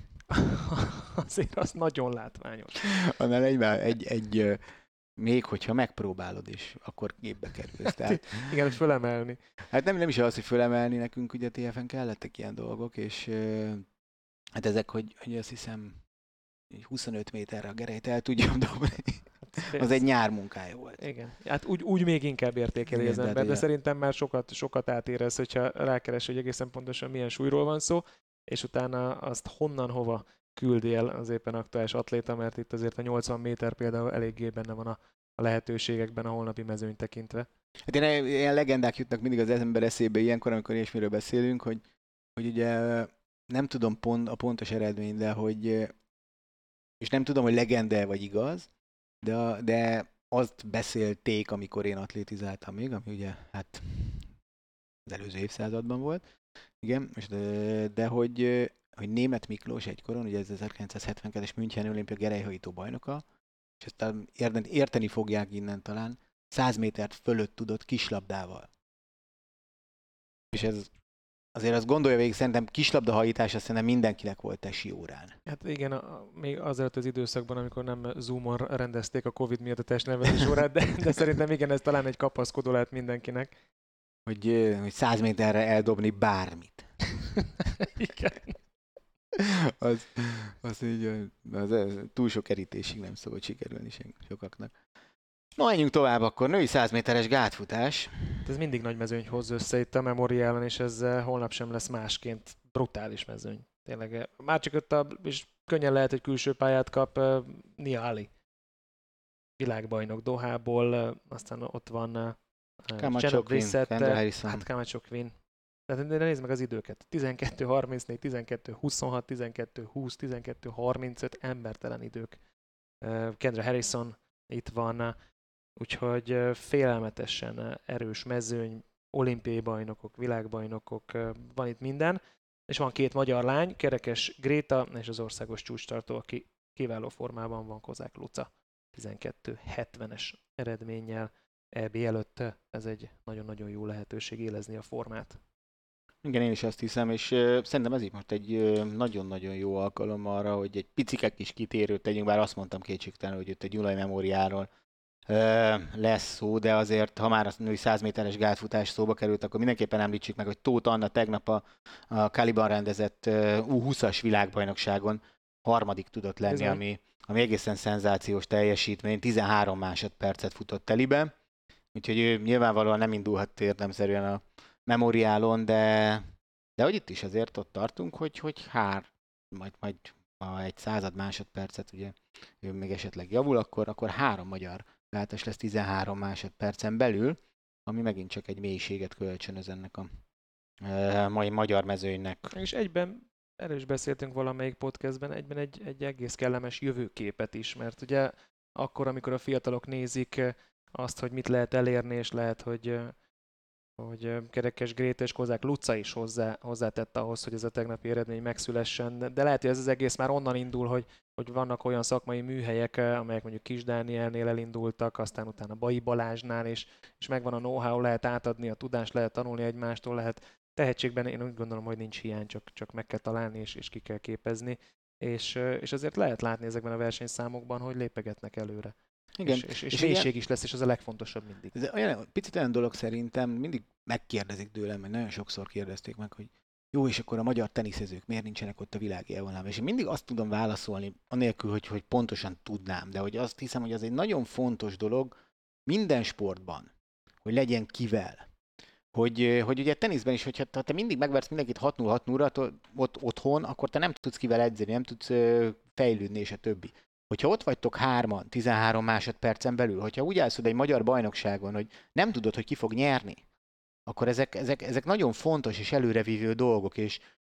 azért az nagyon látványos. Annál egy még hogyha megpróbálod is, akkor képbe kerülsz. Tehát, igen, hogy fölemelni. hát nem is az, hogy fölemelni, nekünk ugye TF-en kellettek ilyen dolgok, és hát ezek, hogy azt hiszem 25 méterre a gerelyt el tudjam dobni. Az egy nyár munkája volt. Igen. Hát úgy még inkább értékeli az ember, de szerintem már sokat átérez, hogyha rákeres, hogy egészen pontosan milyen súlyról van szó, és utána azt honnan, hova küldi el az éppen aktuális atléta, mert itt azért a 80 méter például eléggé benne van a lehetőségekben a holnapi mezőnyt tekintve. Hát ilyen legendák jutnak mindig az ember eszébe ilyenkor, amikor ilyesmiről beszélünk, hogy ugye nem tudom a pontos eredmény, de hogy és nem tudom, hogy legenda vagy igaz, de azt beszélték, amikor én atlétizáltam még, ami ugye hát az előző évszázadban volt. Igen, de hogy Németh Miklós egykoron, ugye ez 1972-es Müncheni olimpia gerelyhajító bajnoka, és ezt érteni fogják innen talán, 100 métert fölött tudott kislabdával. És ez azért azt gondolja végig, szerintem kislabdahajítás, azt szerintem mindenkinek volt tesi órán. Hát igen, még azelőtt az időszakban, amikor nem Zoomon rendezték a Covid miatt a testnevelés órát, de szerintem igen, ez talán egy kapaszkodó lehet mindenkinek. Hogy 100 méterre eldobni bármit. Igen. Az így, az túl sok kerítésig nem szokott sikerülni sokaknak. No, menjünk tovább akkor. Női 100 méteres gátfutás. Ez mindig nagy mezőny hoz össze itt a Memoriálon, és ez holnap sem lesz másként. Brutális mezőny. Tényleg. Már csak ott és könnyen lehet, hogy külső pályát kap Nia Ali. Világbajnok Dohából, aztán ott van Camacho Quinn, Kendra Harrison. Hát Camacho Quinn. De nézd meg az időket. 12.34, 12.26, 12.20, 12.35 embertelen idők. Kendra Harrison itt van, úgyhogy félelmetesen erős mezőny, olimpiai bajnokok, világbajnokok, van itt minden. És van 2 magyar lány, Kerekes Gréta és az országos csúcstartó, aki kiváló formában van, Kozák Luca. 12.70-es eredménnyel EB előtt ez egy nagyon-nagyon jó lehetőség élezni a formát. Igen, én is azt hiszem, és szerintem ez így most egy nagyon-nagyon jó alkalom arra, hogy egy picikek kis kitérőt tegyünk, bár azt mondtam kétségtelenül, hogy itt a Gyulai Memoriáról lesz szó, de azért, ha már a női 100 méteres gátfutás szóba került, akkor mindenképpen említsük meg, hogy Tóth Anna tegnap a Kaliban rendezett U20-as világbajnokságon harmadik tudott lenni, ami egészen szenzációs teljesítmény, 13 másodpercet futott telibe, úgyhogy ő nyilvánvalóan nem indulhat érdemszerűen a Memoriálon, de hogy itt is azért ott tartunk, hogy majd ha egy 100 másodpercet, ugye ő még esetleg javul, akkor 3 magyar gátas lesz 13 másodpercen belül, ami megint csak egy mélységet kölcsönöz ennek a mai magyar mezőnynek. És egyben, erről is beszéltünk valamelyik podcastben, egyben egy egész kellemes jövőképet is, mert ugye akkor, amikor a fiatalok nézik azt, hogy mit lehet elérni, és lehet, hogy Kerekes Gréta és Kozák Luca is hozzátett ahhoz, hogy ez a tegnapi eredmény megszülessen. De lehet, hogy ez az egész már onnan indul, hogy vannak olyan szakmai műhelyek, amelyek mondjuk Kis Dánielnél elindultak, aztán utána Bai Balázsnál, és megvan a know-how, lehet átadni a tudást, lehet tanulni egymástól, lehet tehetségben, én úgy gondolom, hogy nincs hiány, csak meg kell találni, és ki kell képezni. És azért lehet látni ezekben a versenyszámokban, hogy lépegetnek előre. Igen. És mélység is lesz, és az a legfontosabb mindig. Ez picit olyan dolog szerintem, mindig megkérdezik tőlem, mert nagyon sokszor kérdezték meg, hogy jó, és akkor a magyar teniszezők miért nincsenek ott a világi elvonalban? És én mindig azt tudom válaszolni, anélkül, hogy pontosan tudnám, de hogy azt hiszem, hogy az egy nagyon fontos dolog minden sportban, hogy legyen kivel. hogy ugye teniszben is, hogyha te mindig megversz mindenkit 6-0-6-0 ott otthon, akkor te nem tudsz kivel edzeni, nem tudsz fejlődni, és a többi. Hogyha ott vagytok 3-an, 13 másodpercen belül, hogyha úgy állsz oda egy magyar bajnokságon, hogy nem tudod, hogy ki fog nyerni, akkor ezek nagyon fontos és előrevívő dolgok,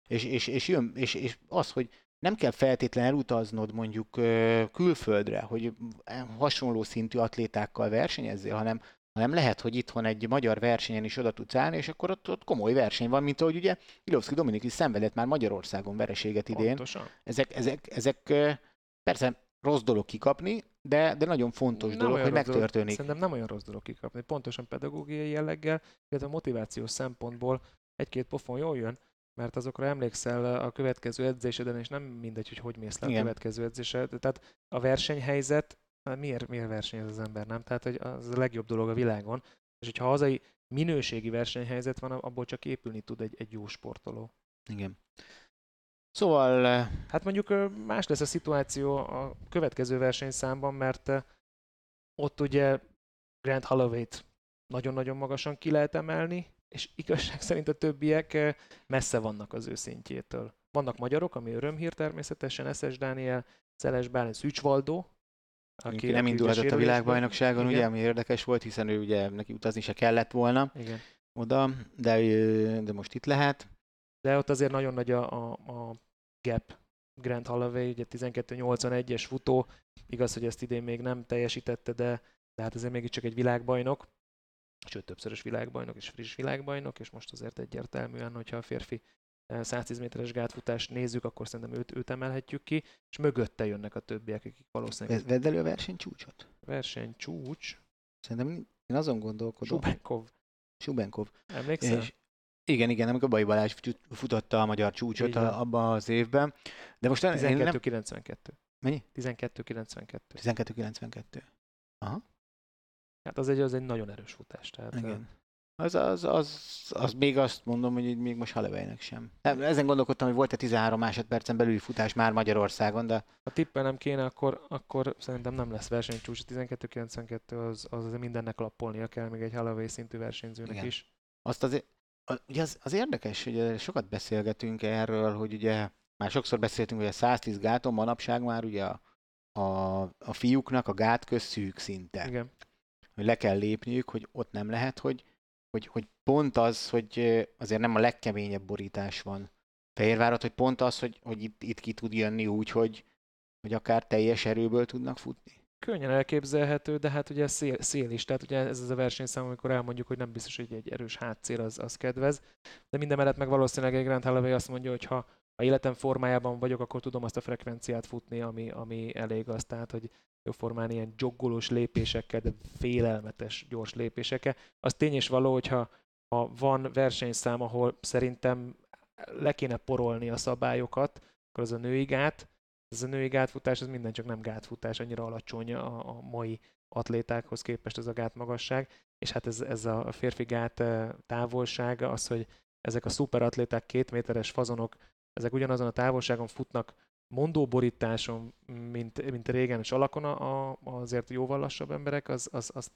és az, hogy nem kell feltétlenül elutaznod mondjuk külföldre, hogy hasonló szintű atlétákkal versenyezzél, hanem lehet, hogy itthon egy magyar versenyen is oda tudsz állni, és akkor ott komoly verseny van, mint ahogy ugye Ilovszki Dominik is szenvedett már Magyarországon vereséget idén. Pontosan. Ezek persze rossz dolog kikapni, de nagyon fontos Nem dolog, olyan hogy rossz dolog, megtörténik. szerintem nem olyan rossz dolog kikapni. Pontosan pedagógiai jelleggel, illetve motivációs szempontból egy-két pofon jól jön, mert azokra emlékszel a következő edzéseden, és nem mindegy, hogy mész le a Igen. következő edzésre. Tehát a versenyhelyzet, miért versenyez az ember, nem? Tehát hogy az a legjobb dolog a világon. És hogyha hazai minőségi versenyhelyzet van, abból csak épülni tud egy jó sportoló. Igen. Szóval... Hát mondjuk más lesz a szituáció a következő versenyszámban, mert ott ugye Grant Holloway-t nagyon-nagyon magasan ki lehet emelni, és igazság szerint a többiek messze vannak az ő szintjétől. Vannak magyarok, ami örömhír természetesen, Eszes Dániel, Szeles Bálint, Szűcs Valdó, aki nem indulhatott a világbajnokságon, ugye, ami érdekes volt, hiszen ő ugye neki utazni se kellett volna igen. oda, de most itt lehet. De ott azért nagyon nagy a gap. Grant Holloway, ugye 12.81-es futó, igaz, hogy ezt idén még nem teljesítette, de hát azért mégiscsak egy világbajnok, sőt többszörös világbajnok és friss világbajnok, és most azért egyértelműen, hogyha a férfi 110 méteres gátfutást nézzük, akkor szerintem őt emelhetjük ki, és mögötte jönnek a többiek, akik valószínűleg... Vedd elő a versenycsúcsot. Versenycsúcs? Szerintem én azon gondolkodom. Subenkov. Emlékszel? És igen, amikor Bai Balázs futotta a magyar csúcsot abban az évben. De most 12.92. Mennyi? 12.92. 12.92. Aha. Hát az egy nagyon erős futás. Tehát igen. Az még azt mondom, hogy még most Hollowaynek sem. Ezen gondolkodtam, hogy volt-e 13 másodpercen belüli futás már Magyarországon, de... Ha tippelnem kéne, akkor szerintem nem lesz versenycsúcs. 12.92 az mindennek lappolnia kell, még egy Holloway szintű versenyzőnek igen. is. Azt azért, ugye az érdekes, hogy sokat beszélgetünk erről, hogy ugye már sokszor beszéltünk, hogy a 110 gáton manapság már ugye a fiúknak a gát közszűk szinte. Igen. Hogy le kell lépniük, hogy ott nem lehet, hogy pont az, hogy azért nem a legkeményebb borítás van Fehérvárat, hogy pont az, hogy itt ki tud jönni úgy, hogy akár teljes erőből tudnak futni. Könnyen elképzelhető, de hát ugye szél is, tehát ugye ez az a versenyszám, amikor elmondjuk, hogy nem biztos, hogy egy erős hátszél az kedvez, de minden mellett meg valószínűleg egy Grant Holloway azt mondja, hogy ha életem formájában vagyok, akkor tudom azt a frekvenciát futni, ami elég az, tehát hogy jóformán ilyen joggolós lépésekkel, de félelmetes gyors lépésekkel. Az tény és való, hogyha van versenyszám, ahol szerintem le kéne porolni a szabályokat, akkor az a női gát. Ez a női gátfutás, ez minden csak nem gátfutás, annyira alacsony a mai atlétákhoz képest ez a gátmagasság, és hát ez a férfi gát távolsága, az, hogy ezek a szuperatléták 2 méteres fazonok, ezek ugyanazon a távolságon futnak mondóborításon, mint régen, és alakon azért jóval lassabb emberek, az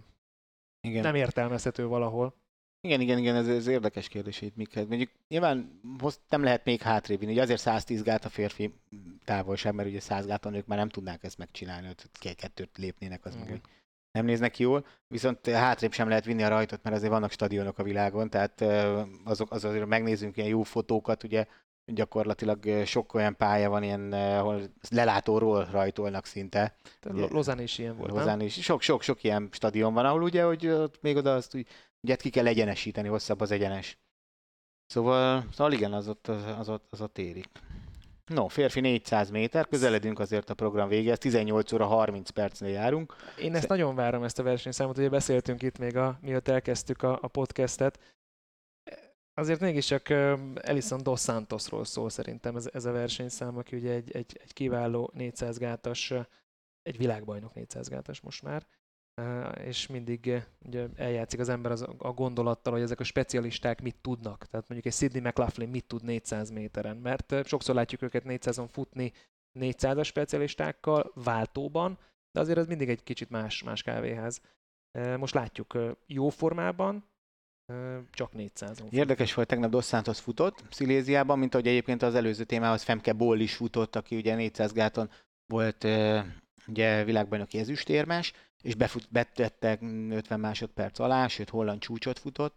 nem értelmezhető valahol. Igen, ez érdekes kérdés, hogy miket. Mondjuk nyilván nem lehet még hátrébb vinni, ugye azért 110 gát a férfi távolság, mert ugye 100 gáton nők már nem tudnák ezt megcsinálni, hogy kettőt lépnének, az meg nem néznek jól, viszont hátrébb sem lehet vinni a rajtot, mert azért vannak stadionok a világon, tehát azért megnézzünk ilyen jó fotókat, ugye gyakorlatilag sok olyan pálya van ilyen, ahol lelátóról rajtolnak szinte. Lozán is ilyen volt, Lozán is. Sok ilyen stadion van, ahol ugye, hogy ott még oda azt úgy, ugye ki kell egyenesíteni, hosszabb az egyenes. Szóval igen, az ott érik. No, férfi 400 méter, közeledünk azért a program végéhez, 18 óra 30 percnél járunk. Én ezt nagyon várom, ezt a versenyszámot, ugye beszéltünk itt még, mielőtt elkezdtük a podcastet. Azért mégiscsak Elison Dos Santosról szól szerintem ez a versenyszám, aki ugye egy kiváló 400 gátas, egy világbajnok 400 gátas most már, és mindig ugye eljátszik az ember a gondolattal, hogy ezek a specialisták mit tudnak. Tehát mondjuk egy Sidney McLaughlin mit tud 400 méteren, mert sokszor látjuk őket 400-on futni 400-as specialistákkal váltóban, de azért az mindig egy kicsit más kávéház. Most látjuk jó formában, Csak 400-on. Érdekes volt, tegnap Dos Santos futott Sziléziában, mint ahogy egyébként az előző témához Femke Bol is futott, aki ugye 400 gáton volt ugye világbajnoki ezüstérmes, és betette 50 másodperc alá, sőt holland csúcsot futott.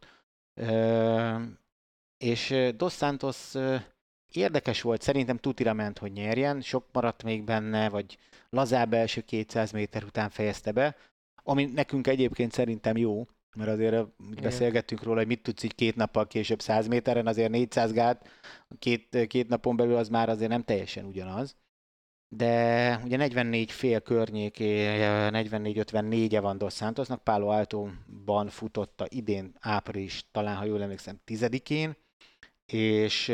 És Dos Santos érdekes volt, szerintem tutira ment, hogy nyerjen, sok maradt még benne, vagy lazább első 200 méter után fejezte be, ami nekünk egyébként szerintem jó, mert azért beszélgettünk róla, hogy mit tudsz így 2 nappal később 100 méteren, azért 400 gát két napon belül az már azért nem teljesen ugyanaz. De ugye 44 fél környéké, 44-54-e van Dos Santosnak, Palo Altóban futotta idén április, talán ha jól emlékszem, 10-én, és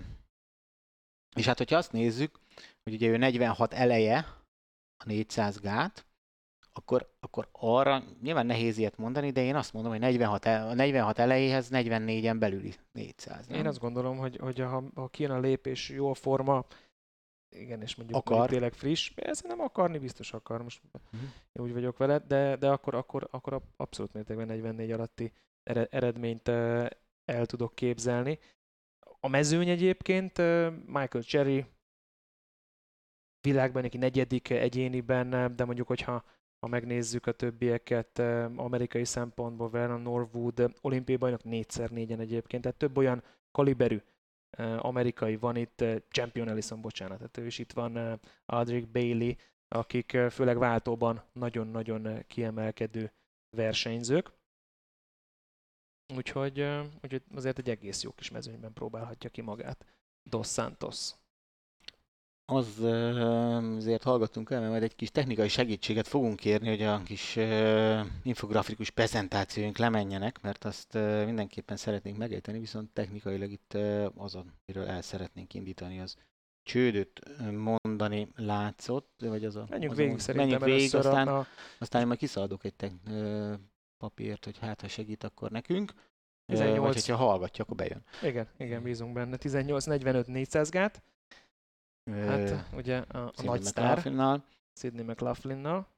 hát hogyha azt nézzük, hogy ugye ő 46 eleje a 400 gát, akkor arra nyilván nehéz ilyet mondani, de én azt mondom, hogy 46 elejéhez 44-en belüli 400. Nem? Én azt gondolom, hogy ha kijön a lépés, jó a forma, igen, és mondjuk tényleg friss, ez nem akarni, biztos akar, most én úgy vagyok vele, de akkor abszolút mértékben 44 alatti eredményt el tudok képzelni. A mezőny egyébként Michael Cherry világbajnoki negyedik egyéniben, de mondjuk, hogyha megnézzük a többieket amerikai szempontból, Vernon Norwood olimpiai bajnok 4x4-en egyébként, tehát több olyan kaliberű amerikai van itt, Champion Ellison, bocsánat, tehát ő is itt van, Aldrich Bailey, akik főleg váltóban nagyon-nagyon kiemelkedő versenyzők. Úgyhogy azért egy egész jó kis mezőnyben próbálhatja ki magát Dos Santos. Azért hallgattunk el, mert majd egy kis technikai segítséget fogunk kérni, hogy a kis infografikus prezentációink lemenjenek, mert azt mindenképpen szeretnénk megejteni, viszont technikailag itt amiről el szeretnénk indítani, az csődöt mondani látszott, vagy az a... Menjünk végig szerintem menjünk végig, először aztán én majd kiszaladok egy papírt, hogy hát ha segít, akkor nekünk. 18... Vagy hogyha hallgatja, akkor bejön. Igen, bízunk benne. 18-45-400 gát. Hát ugye a nagy sztár, Sydney McLaughlin-nal.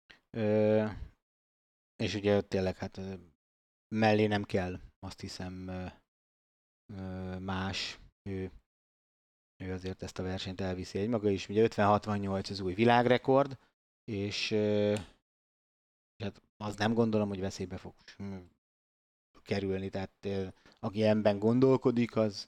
És ugye tényleg hát mellé nem kell, azt hiszem más, ő azért ezt a versenyt elviszi egymaga is. Ugye 50-68 az új világrekord, és hát azt nem gondolom, hogy veszélybe fog kerülni, tehát aki ebben gondolkodik, az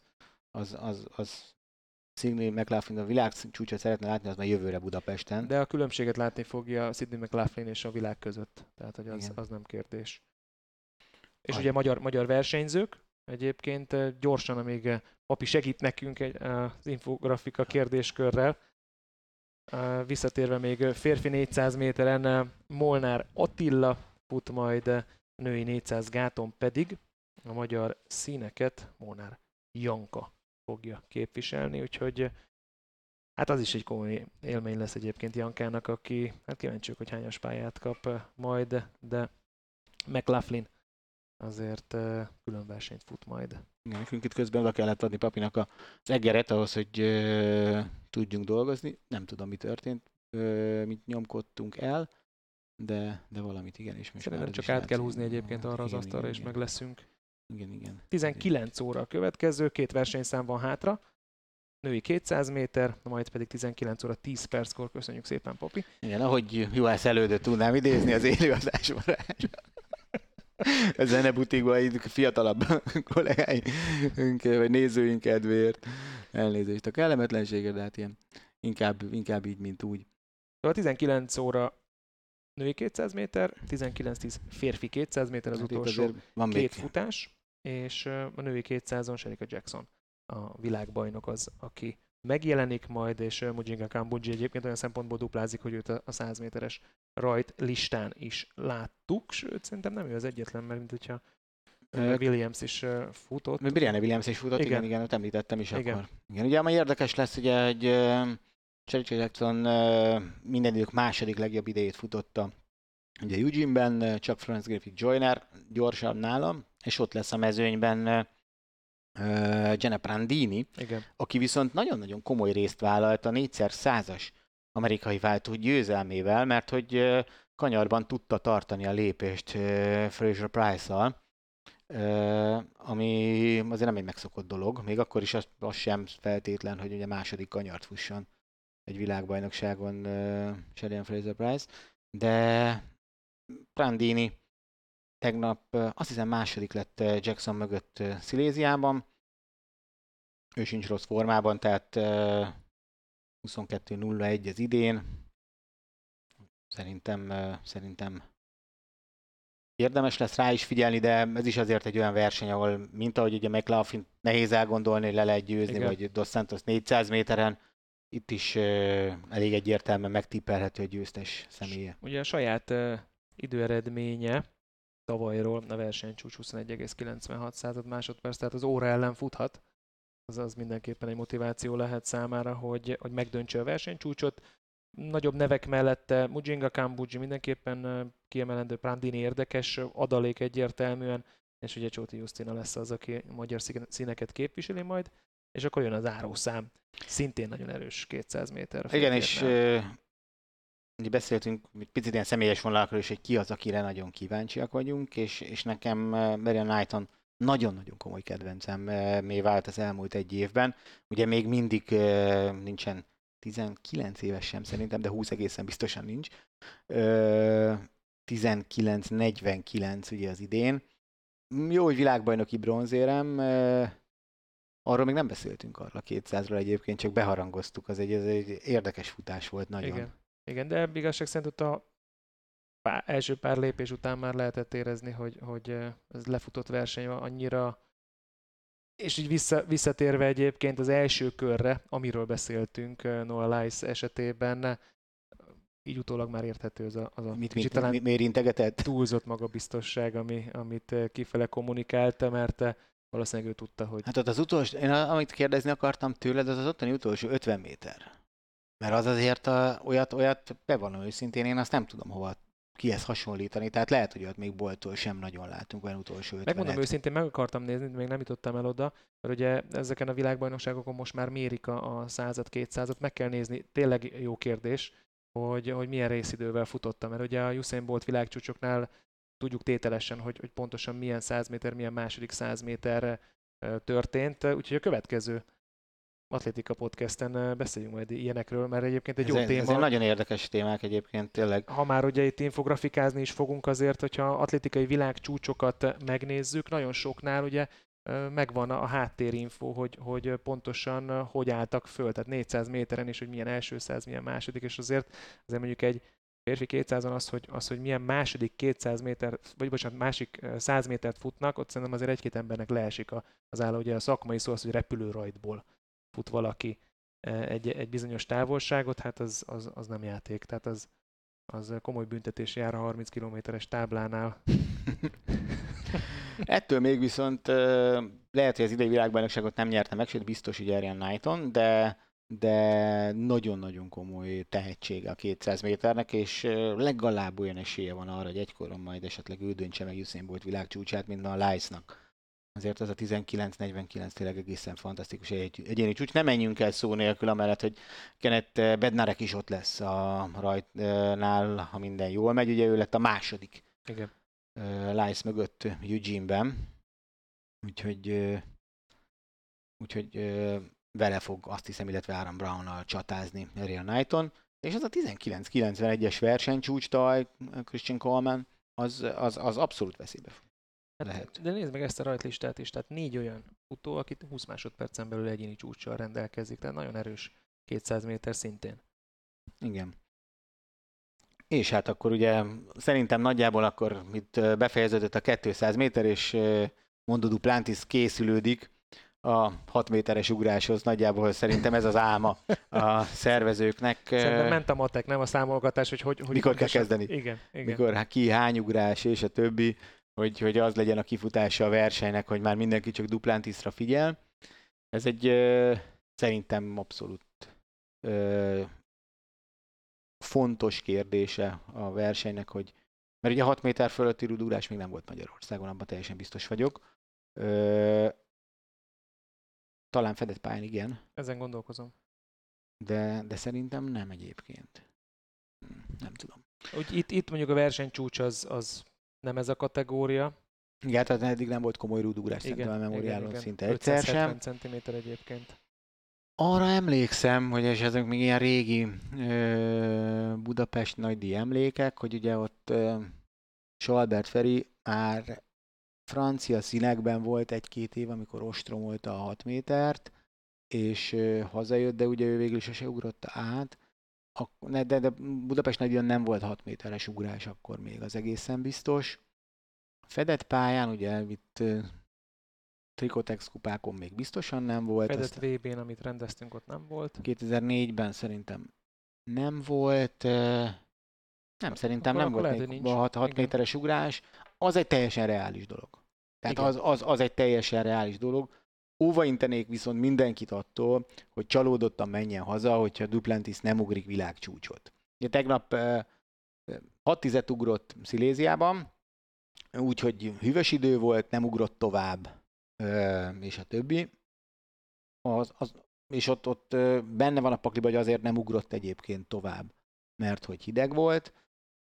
Sydney McLaughlin a világ csúcsot szeretne látni, az már jövőre Budapesten. De a különbséget látni fogja Sydney McLaughlin és a világ között. Tehát, hogy az nem kérdés. És ugye magyar versenyzők, egyébként gyorsan, amíg Papi segít nekünk az infografika kérdéskörrel, visszatérve még férfi 400 méteren Molnár Attila fut majd, női 400 gáton pedig a magyar színeket Molnár Janka fogja képviselni, úgyhogy hát az is egy komoly élmény lesz egyébként Jankának, aki, hát kíváncsiak, hogy hányas pályát kap majd, de McLaughlin azért külön versenyt fut majd. Igen, nekünk itt közben oda kellett adni Papinak az egeret ahhoz, hogy tudjunk dolgozni. Nem tudom, mi történt, mit nyomkodtunk el, de valamit igen. És szerintem csak át kell húzni egyébként arra az asztalra, és meg leszünk. Igen. 19 óra a következő, 2 versenyszám van hátra. Női 200 méter, majd pedig 19 óra 10 perckor. Köszönjük szépen, Papi. Igen, ahogy Juhász elődöt tudnám idézni az élőadásban. A zenebutikban így fiatalabb kollégáink, vagy nézőink kedvéért. Elnézést a kellemetlenséget, de hát ilyen inkább így, mint úgy. Szóval 19 óra női 200 méter, 19-10 férfi 200 méter az utolsó van két futás, és a női 200-on Shericka Jackson a világbajnok az, aki megjelenik majd, és Mujinga Kambodži egyébként olyan szempontból duplázik, hogy őt a 100 méteres rajt listán is láttuk, sőt, szerintem nem ő az egyetlen, mert mint hogyha Williams is futott. Brianna Williams is futott, igen, ott említettem is igen. Akkor. Igen, ugye ami érdekes lesz, ugye, hogy Shericka Jackson minden idők második legjobb idejét futotta ugye Eugene-ben, csak Florence Griffith Joyner gyorsabb nálam, és ott lesz a mezőnyben Jenna Prandini, aki viszont nagyon-nagyon komoly részt vállalt a 4x100-as amerikai váltó győzelmével, mert hogy kanyarban tudta tartani a lépést Fraser Price-szal. ami azért nem egy megszokott dolog, még akkor is az sem feltétlen, hogy ugye második kanyart fusson egy világbajnokságon Sheridan Fraser Price, de Prandini tegnap azt hiszem második lett Jackson mögött Sziléziában, ő sincs rossz formában, tehát 22.01 az idén, szerintem érdemes lesz rá is figyelni, de ez is azért egy olyan verseny, ahol, mint ahogy ugye McLaughlin nehéz elgondolni, hogy le lehet győzni, Igen. vagy Dos Santos 400 méteren, itt is elég egyértelműen megtippelhető a győztes személye. Ugye a saját időeredménye tavalyról a versenycsúcs 21,96 másodperc, tehát az óra ellen futhat. Az mindenképpen egy motiváció lehet számára, hogy megdöntse a versenycsúcsot. Nagyobb nevek mellette Mujinga Kambuji mindenképpen kiemelendő, Prandini érdekes adalék egyértelműen, és ugye Csóti Jusztina lesz az, aki a magyar színeket képviseli majd, és akkor jön az árószám, szintén nagyon erős 200 méter. Igen, és ugye beszéltünk egy picit ilyen személyes vonalakról is, hogy ki az, akire nagyon kíváncsiak vagyunk, és nekem Marian Knighton nagyon-nagyon komoly kedvencemmé vált az elmúlt egy évben. Ugye még mindig nincsen 19 éves sem szerintem, de 20 egészen biztosan nincs. 19-49 ugye az idén. Jó, hogy világbajnoki bronzérem, arról még nem beszéltünk arra a 200-ról egyébként, csak beharangoztuk, ez egy érdekes futás volt nagyon. Igen, de igazság szerint ott a első pár lépés után már lehetett érezni, hogy ez lefutott verseny annyira, és így visszatérve egyébként az első körre, amiről beszéltünk Noah Lyles esetében, így utólag már érthető az a Miért integetett? túlzott magabiztosság, amit kifele kommunikálta, mert valószínűleg ő tudta, hogy... Hát ott az utolsó, én amit kérdezni akartam tőled, az ottani utolsó 50 méter. Mert az azért olyat bevallom őszintén, én azt nem tudom hova kihez hasonlítani, tehát lehet, hogy ott még bolttól sem nagyon látunk olyan utolsó 50-et. Megmondom őszintén, meg akartam nézni, még nem jutottam el oda, mert ugye ezeken a világbajnokságokon most már mérik a 100-at, 200-at, meg kell nézni, tényleg jó kérdés, hogy milyen részidővel futottam, mert ugye a Usain Bolt világcsúcsoknál tudjuk tételesen, hogy pontosan milyen 100 méter, milyen második 100 méterre történt, úgyhogy a következő Atlétika podcasten beszéljünk majd ilyenekről, mert egyébként egy jó téma. Ez nagyon érdekes témák egyébként, tényleg. Ha már ugye itt infografikázni is fogunk azért, hogyha atlétikai világcsúcsokat megnézzük, nagyon soknál ugye megvan a háttérinfo, hogy pontosan hogy álltak föl, tehát 400 méteren is, hogy milyen első 100, milyen második, és azért mondjuk egy férfi 200-on az, hogy milyen második 200 méter, vagy bocsánat, másik 100 métert futnak, ott szerintem azért egy-két embernek leesik az áll, ugye a szakmai szó az, hogy repülőrajtból fut valaki egy bizonyos távolságot, hát az nem játék, tehát az komoly büntetés jár a 30 kilométeres táblánál. Ettől még viszont lehet, hogy az idei világbajnokságot nem nyerte meg, sőt biztos, hogy Arian Knighton, de nagyon-nagyon komoly tehetsége a 200 méternek, és legalább olyan esélye van arra, hogy egykoron majd esetleg ő döntse meg Usain Bolt világcsúcsát, mint a Lyles-nak. Azért az a 19-49 tényleg egészen fantasztikus egyéni csúcs. Nem menjünk el szó nélkül, amellett, hogy Kenneth Bednarek is ott lesz a rajtnál, ha minden jól megy. Ugye ő lett a második. Igen. Lyles mögött Eugene-ben. Úgyhogy vele fog, azt hiszem, illetve Aaron Brown-nal csatázni Arian Knighton. És az a 19-91-es versenycsúcstalaj, Christian Coleman, az abszolút veszélybe fog. Hát, de nézd meg ezt a rajtlistát is, tehát 4 olyan futó, akit 20 másodpercen belül egyéni csúccsal rendelkezik, tehát nagyon erős 200 méter szintén. Igen. És hát akkor ugye szerintem nagyjából akkor itt befejeződött a 200 méter, és Mondo Duplantis készülődik a 6 méteres ugráshoz. Nagyjából szerintem ez az álma a szervezőknek. Szerintem ment a matek, nem a számolgatás, hogy mikor kell kezdeni. Igen. Mikor ki, hány ugrás, és a többi, hogy az legyen a kifutása a versenynek, hogy már mindenki csak Duplantisra figyel. Ez egy szerintem abszolút fontos kérdése a versenynek, hogy mert ugye 6 méter fölötti rúdugrás még nem volt Magyarországon, abban teljesen biztos vagyok. Talán fedett pályán, igen. Ezen gondolkozom. De szerintem nem egyébként. Nem tudom. Úgy itt mondjuk a versenycsúcs az nem ez a kategória. Igen, tehát eddig nem volt komoly rúdugrás szerintem a Memoriálon szinte egyszer sem. 570 cm egyébként. Arra emlékszem, hogy és ezek még ilyen régi Budapest nagydíj emlékek, hogy ugye ott Salbert Feri már francia színekben volt egy-két év, amikor ostromolta a 6 métert, és hazajött, de ugye ő végül is sose ugrott át. De Budapest nagydíjon nem volt 6 méteres ugrás akkor még, az egészen biztos. A fedett pályán ugye itt Trikotex kupákon még biztosan nem volt. Fedett VB-n, amit rendeztünk, ott nem volt. 2004-ben szerintem nem volt. Nem, szerintem nem volt még 6 méteres ugrás. Az egy teljesen reális dolog. Tehát az egy teljesen reális dolog. Óvaintenék viszont mindenkit attól, hogy csalódottan menjen haza, hogyha Duplantis nem ugrik világcsúcsot. Ugye tegnap 6-10-et ugrott Sziléziában, úgyhogy hűvös idő volt, nem ugrott tovább, és a többi. És ott benne van a pakliba, hogy azért nem ugrott egyébként tovább, mert hogy hideg volt.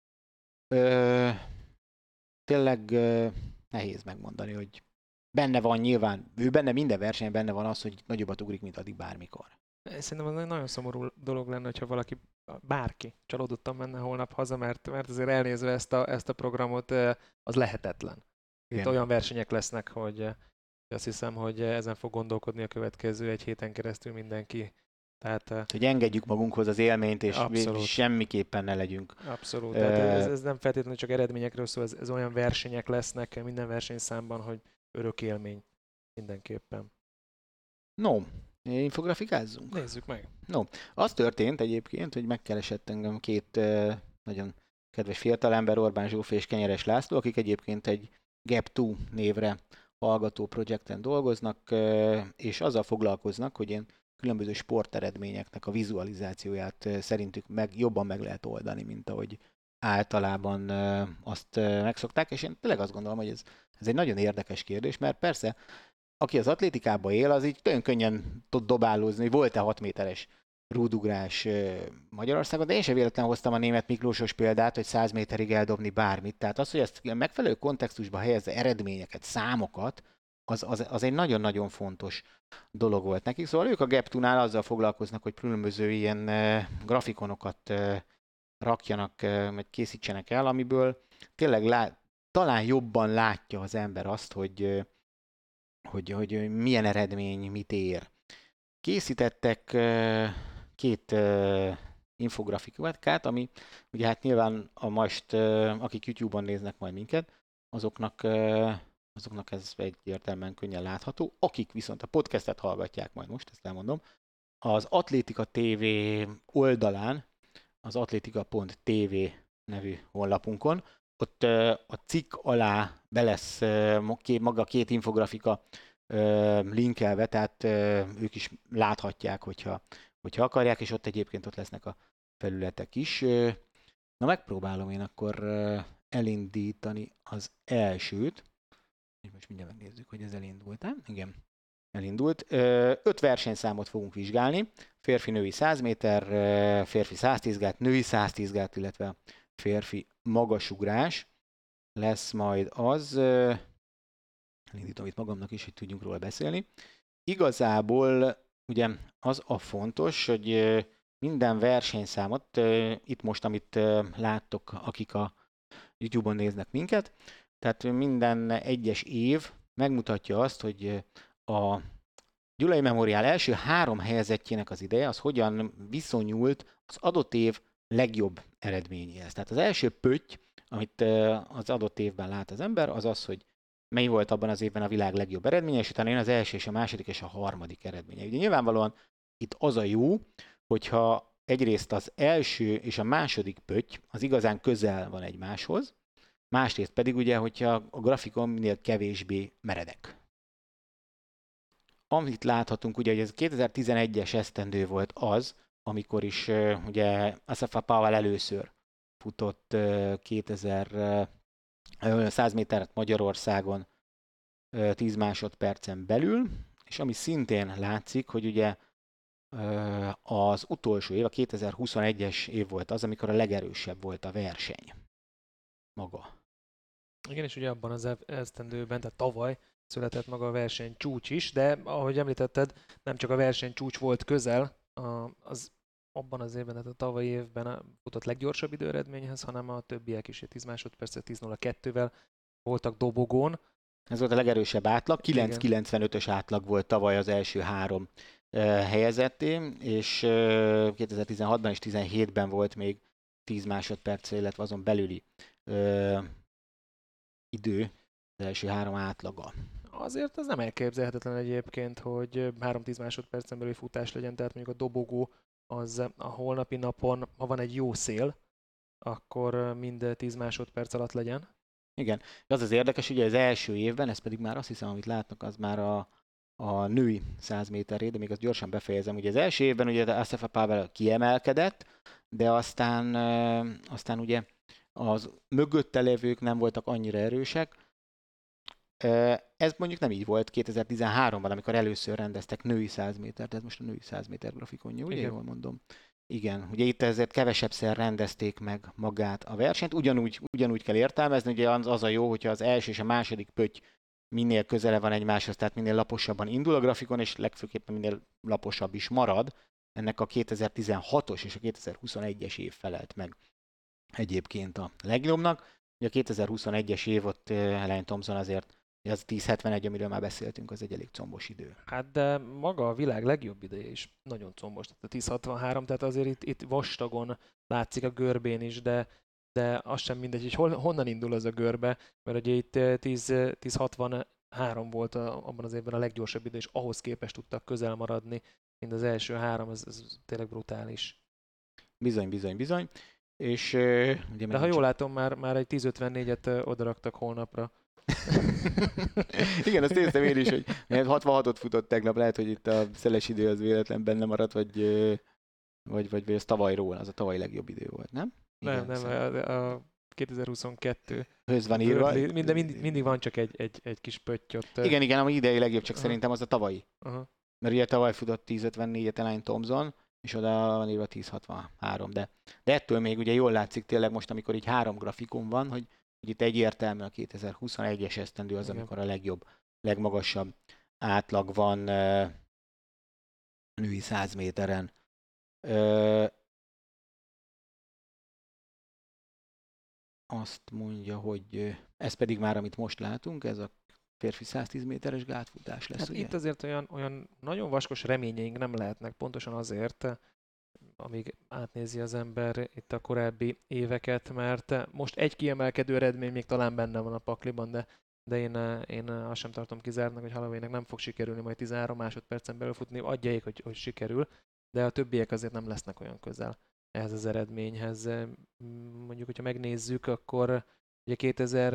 Tényleg nehéz megmondani, hogy benne van nyilván, benne minden versenyen benne van az, hogy nagyobbat ugrik, mint addig bármikor. Szerintem az egy nagyon szomorú dolog lenne, hogyha valaki, bárki csalódottan menne holnap haza, mert azért elnézve ezt a programot, az lehetetlen. Itt olyan versenyek lesznek, hogy azt hiszem, hogy ezen fog gondolkodni a következő egy héten keresztül mindenki. Tehát, hogy engedjük magunkhoz az élményt, és semmiképpen ne legyünk. Abszolút. Tehát ez nem feltétlenül csak eredményekről szól, ez olyan versenyek lesznek minden versenyszámban, hogy örök élmény mindenképpen. No, infografikázzunk? Nézzük meg. No, az történt egyébként, hogy megkeresett engem két nagyon kedves fiatalember, Orbán Zsófi és Kenyeres László, akik egyébként egy Gap2 névre hallgató projekten dolgoznak, és azzal foglalkoznak, hogy én különböző sporteredményeknek a vizualizációját szerintük jobban meg lehet oldani, mint ahogy általában azt megszokták, és én tényleg azt gondolom, hogy ez egy nagyon érdekes kérdés, mert persze, aki az atlétikában él, az így nagyon könnyen tud dobálózni, hogy volt-e 6 méteres rúdugrás Magyarországon, de én sem véletlenül hoztam a német Miklósos példát, hogy 100 méterig eldobni bármit. Tehát az, hogy ezt megfelelő kontextusba helyezze eredményeket, számokat, az egy nagyon-nagyon fontos dolog volt nekik. Szóval ők a Gap2-nál azzal foglalkoznak, hogy különböző ilyen grafikonokat rakjanak, vagy készítsenek el, amiből tényleg talán jobban látja az ember azt, hogy milyen eredmény mit ér. Készítettek két infografikát, ami ugye hát nyilván most, akik YouTube-on néznek majd minket, azoknak ez egyértelműen könnyen látható. Akik viszont a podcastet hallgatják majd most, ezt elmondom, az Atlétika TV oldalán, az atlétika.tv nevű honlapunkon, ott a cikk alá be lesz maga két infografika linkelve, tehát ők is láthatják, hogyha akarják, és ott egyébként ott lesznek a felületek is. Na, megpróbálom én akkor elindítani az elsőt. Most mindjárt megnézzük, hogy ez elindult-e. Igen, elindult. 5 versenyszámot fogunk vizsgálni. Férfi-női 100 méter, férfi 110 gát, női 110 gát, illetve férfi magasugrás lesz majd az. Elindítom itt magamnak is, hogy tudjunk róla beszélni. Igazából ugye az a fontos, hogy minden versenyszámot, itt most, amit láttok, akik a YouTube-on néznek minket, tehát minden egyes év megmutatja azt, hogy a Gyulai Memoriál első 3 helyezettjének az ideje, az hogyan viszonyult az adott év legjobb eredményéhez. Tehát az első pötty, amit az adott évben lát az ember, az az, hogy mely volt abban az évben a világ legjobb eredménye, és utána jön az első és a második és a harmadik eredménye. Ugye nyilvánvalóan itt az a jó, hogyha egyrészt az első és a második pötty az igazán közel van egymáshoz, másrészt pedig ugye, hogyha a grafikon minél kevésbé meredek. Amit láthatunk, ugye, hogy ez 2011-es esztendő volt az, amikor is ugye Asafa Powell először futott 100 métert Magyarországon 10 másodpercen belül, és ami szintén látszik, hogy ugye az utolsó év, a 2021-es év volt az, amikor a legerősebb volt a verseny maga. Igen, és ugye abban az esztendőben, tehát tavaly született maga a verseny csúcs is, de ahogy említetted, nem csak a verseny csúcs volt közel az abban az évben, tehát a tavalyi évben futott leggyorsabb időeredményhez, hanem a többiek is, 10 másodpercet 10.02-vel voltak dobogón. Ez volt a legerősebb átlag, Igen. 9.95-ös átlag volt tavaly az első három helyezetté, és 2016-ban és 2017-ben volt még 10 másodperc, illetve azon belüli idő az első három átlaga. Azért ez nem elképzelhetetlen egyébként, hogy 3-10 másodpercen belül futás legyen, tehát mondjuk a dobogó az a holnapi napon, ha van egy jó szél, akkor mind 10 másodperc alatt legyen. Igen, az az érdekes, ugye az első évben, ez pedig már azt hiszem, amit látnak, az már a női 100 méteré, de még azt gyorsan befejezem. Ugye az első évben ugye Asefa Pavel kiemelkedett, de aztán ugye az mögötte lévők nem voltak annyira erősek. Ez mondjuk nem így volt 2013-ban, amikor először rendeztek női 100 métert, de ez most a női 100 méter grafikonja, ugye jól mondom? Igen, ugye itt ezért kevesebbszer rendezték meg magát a versenyt, ugyanúgy kell értelmezni, ugye az a jó, hogyha az első és a második pötty minél közele van egymáshoz, tehát minél laposabban indul a grafikon, és legfőképpen minél laposabb is marad. Ennek a 2016-os és a 2021-es év felelt meg egyébként a legjobbnak. Ugye a 2021-es év ott Elaine Thompson azért, az 10.71, amiről már beszéltünk, az egy elég combos idő. Hát de maga a világ legjobb ideje is nagyon combos, tehát a 10.63, tehát azért itt vastagon látszik a görbén is, de az sem mindegy, hogy honnan indul az a görbe, mert ugye itt 10.63 volt abban az évben a leggyorsabb idő, és ahhoz képest tudtak közel maradni, mint az első három, ez tényleg brutális. Bizony. És ugye de ha jól látom, már egy 10.54-et odaraktak holnapra. Igen, azt néztem én is, hogy 66-ot futott tegnap, lehet, hogy itt a szeles idő az véletlen benne maradt, vagy az tavalyról, az a tavaly legjobb idő volt, nem? Igen, nem, a 2022. Höz van írva. Mindig van csak egy kis pötty ott. Igen, ami idei legjobb, csak szerintem az a tavalyi. Mert ugye tavaly futott 10.54-et Elaine Thompson, és oda van írva 10.63, de ettől még ugye jól látszik tényleg most, amikor így három grafikon van, hogy itt egyértelmű a 2021-es esztendő az, amikor a legjobb, legmagasabb átlag van női 100 méteren. Azt mondja, hogy ez pedig már, amit most látunk, ez a férfi 110 méteres gátfutás lesz, hát ugye? Itt azért olyan nagyon vaskos reményeink nem lehetnek, pontosan azért, amíg átnézi az ember itt a korábbi éveket, mert most egy kiemelkedő eredmény még talán benne van a pakliban, de én azt sem tartom kizártnak, hogy Hollowaynek nem fog sikerülni majd 13 másodpercen belül futni, adjaik, hogy sikerül, de a többiek azért nem lesznek olyan közel ehhez az eredményhez. Mondjuk, hogyha megnézzük, akkor ugye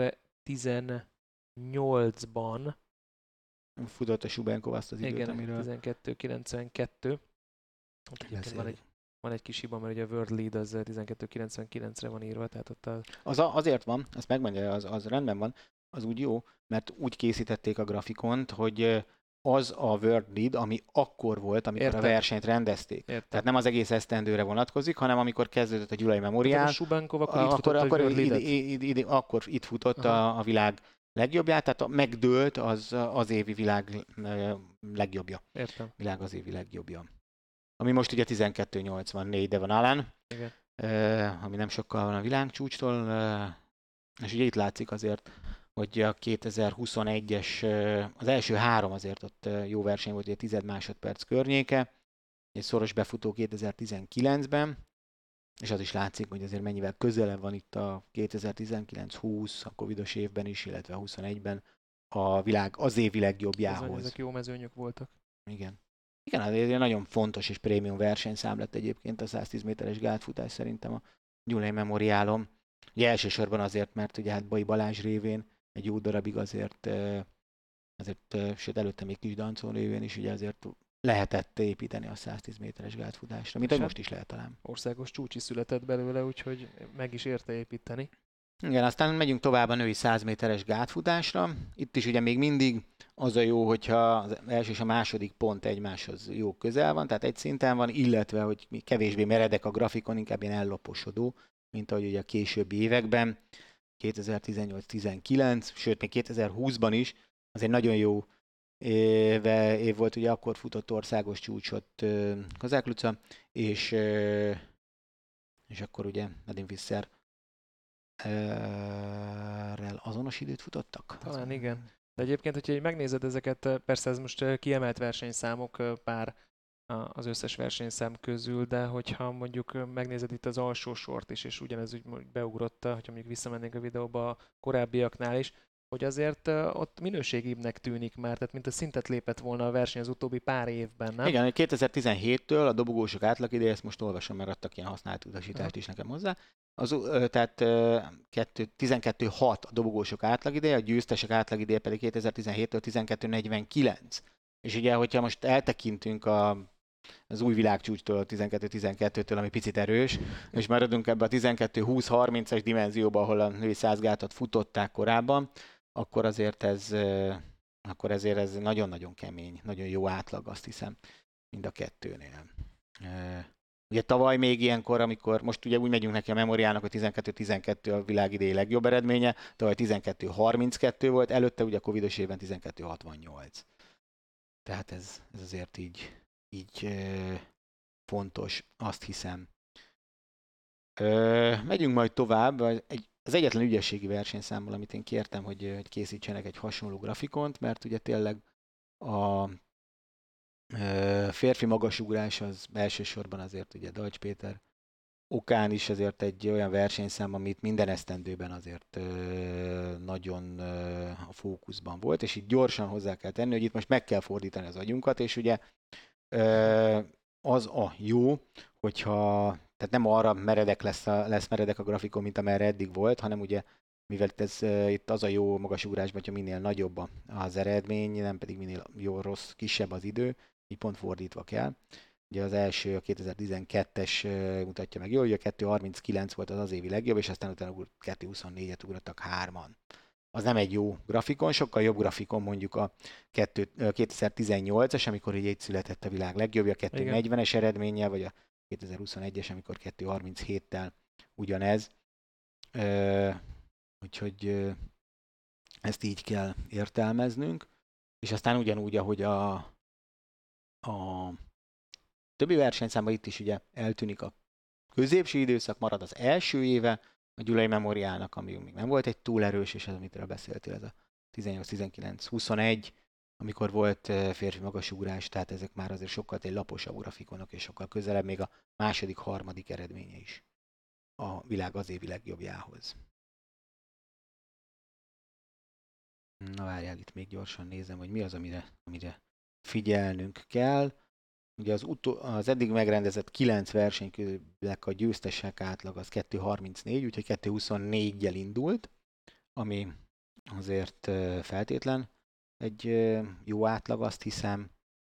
2018-ban futott a Subenkov azt az időt, igen, amiről... 12.92. Van egy kis hiba, mert ugye a World Lead az 12.99-re van írva, tehát ott azért van, ezt megmondja, az rendben van, az úgy jó, mert úgy készítették a grafikont, hogy az a World Lead, ami akkor volt, amikor a versenyt rendezték. Tehát nem az egész esztendőre vonatkozik, hanem amikor kezdődött a Gyulai Memoriál. A Subenkov akkor itt futott a világ legjobbját, tehát megdőlt az évi világ legjobbja. Értem. Világ az évi legjobbja. Ami most ugye 12.84, de van Alan, ami nem sokkal van a világcsúcstól, és ugye itt látszik azért, hogy a 2021-es, az első három azért ott jó verseny volt, ugye 10 másodperc környéke, egy szoros befutó 2019-ben, és az is látszik, hogy azért mennyivel közelebb van itt a 2019-20, a covidos évben is, illetve a 21-ben a világ az évi legjobbjához. Ezek jó mezőnyök voltak. Igen, azért egy nagyon fontos és prémium versenyszám lett egyébként a 110 méteres gátfutás szerintem a Gyulai Memoriálon. Ugye elsősorban azért, mert ugye hát Bai Balázs révén egy jó darabig azért sőt előtte még Kis Dancó révén is ugye azért lehetett építeni a 110 méteres gátfutásra, mint ahogy most is lehet talán. Országos csúcs is született belőle, úgyhogy meg is érte építeni. Igen, aztán megyünk tovább a női 100 méteres gátfutásra. Itt is ugye még mindig az a jó, hogyha az első és a második pont egymáshoz jó közel van, tehát egy szinten van, illetve hogy kevésbé meredek a grafikon, inkább ilyen elloposodó, mint ahogy ugye a későbbi években. 2018-19, sőt még 2020-ban is, az egy nagyon jó év volt, ugye akkor futott országos csúcsot Kazák Luca, és akkor ugye Nedim Visser azonos időt futottak? Talán igen. De egyébként, hogyha így megnézed ezeket, persze ez most kiemelt versenyszámok pár az összes versenyszám közül, de hogyha mondjuk megnézed itt az alsó sort is, és ugyanez úgy beugrott, hogyha mondjuk visszamennénk a videóba a korábbiaknál is, hogy azért ott minőségibbnek tűnik már, tehát mint a szintet lépett volna a verseny az utóbbi pár évben, nem? Igen, 2017-től a dobogósok átlagideje, ezt most olvasom, mert adtak ilyen használt utasítást is nekem hozzá. Tehát 12.6 a dobogósok átlagideje, a győztesek átlagideje pedig 2017-től 12.49. És ugye, hogyha most eltekintünk az új világcsúcstól, 12-12-től, ami picit erős, és maradunk ebbe a 12-20-30-as dimenzióba, ahol a női 100 gátat futották korábban, akkor azért ez nagyon-nagyon kemény, nagyon jó átlag, azt hiszem, mind a kettőnél. Ugye tavaly még ilyenkor, amikor most ugye úgy megyünk neki a memóriának, hogy 12-12 a világidei legjobb eredménye, tavaly 12-32 volt, előtte ugye a covidos évben 12-68. Tehát ez azért így fontos, azt hiszem. Megyünk majd tovább. Az egyetlen ügyességi versenyszámmal, amit én kértem, hogy készítsenek egy hasonló grafikont, mert ugye tényleg a férfi magasugrás az elsősorban azért ugye Deutsch Péter okán is azért egy olyan versenyszám, amit minden esztendőben azért nagyon a fókuszban volt, és itt gyorsan hozzá kell tenni, hogy itt most meg kell fordítani az agyunkat, és ugye az a jó, hogyha, tehát nem arra lesz meredek a grafikon, mint amerre eddig volt, hanem ugye, mivel itt az a jó magasugrásban, hogyha minél nagyobb az eredmény, nem pedig minél kisebb az idő, így pont fordítva kell. Ugye az első, a 2012-es mutatja meg jól, ugye a 2.39 volt az évi legjobb, és aztán utána 2.24-et ugrottak hárman. Az nem egy jó grafikon, sokkal jobb grafikon mondjuk a 2018-as, amikor így született a világ legjobbja, a 2.40-es eredménnyel, vagy a 2021-es, amikor 2.37-tel ugyanez. Úgyhogy ezt így kell értelmeznünk, és aztán ugyanúgy, ahogy a többi versenyszámban itt is ugye eltűnik a középső időszak, marad az első éve a Gyulai Memoriálnak, ami még nem volt egy túl erős, és ez, amitről beszéltél, ez a 18-19-21, amikor volt férfi magasugrás, tehát ezek már azért sokkal egy laposabb grafikonok, és sokkal közelebb még a második, harmadik eredménye is a világ az évi legjobbjához. Na várjál, itt még gyorsan nézem, hogy mi az, amire figyelnünk kell. Ugye az eddig megrendezett 9 versenyközülnek a győztesek átlag az 2.34, úgyhogy 2.24-jel indult, ami azért feltétlen egy jó átlag, azt hiszem.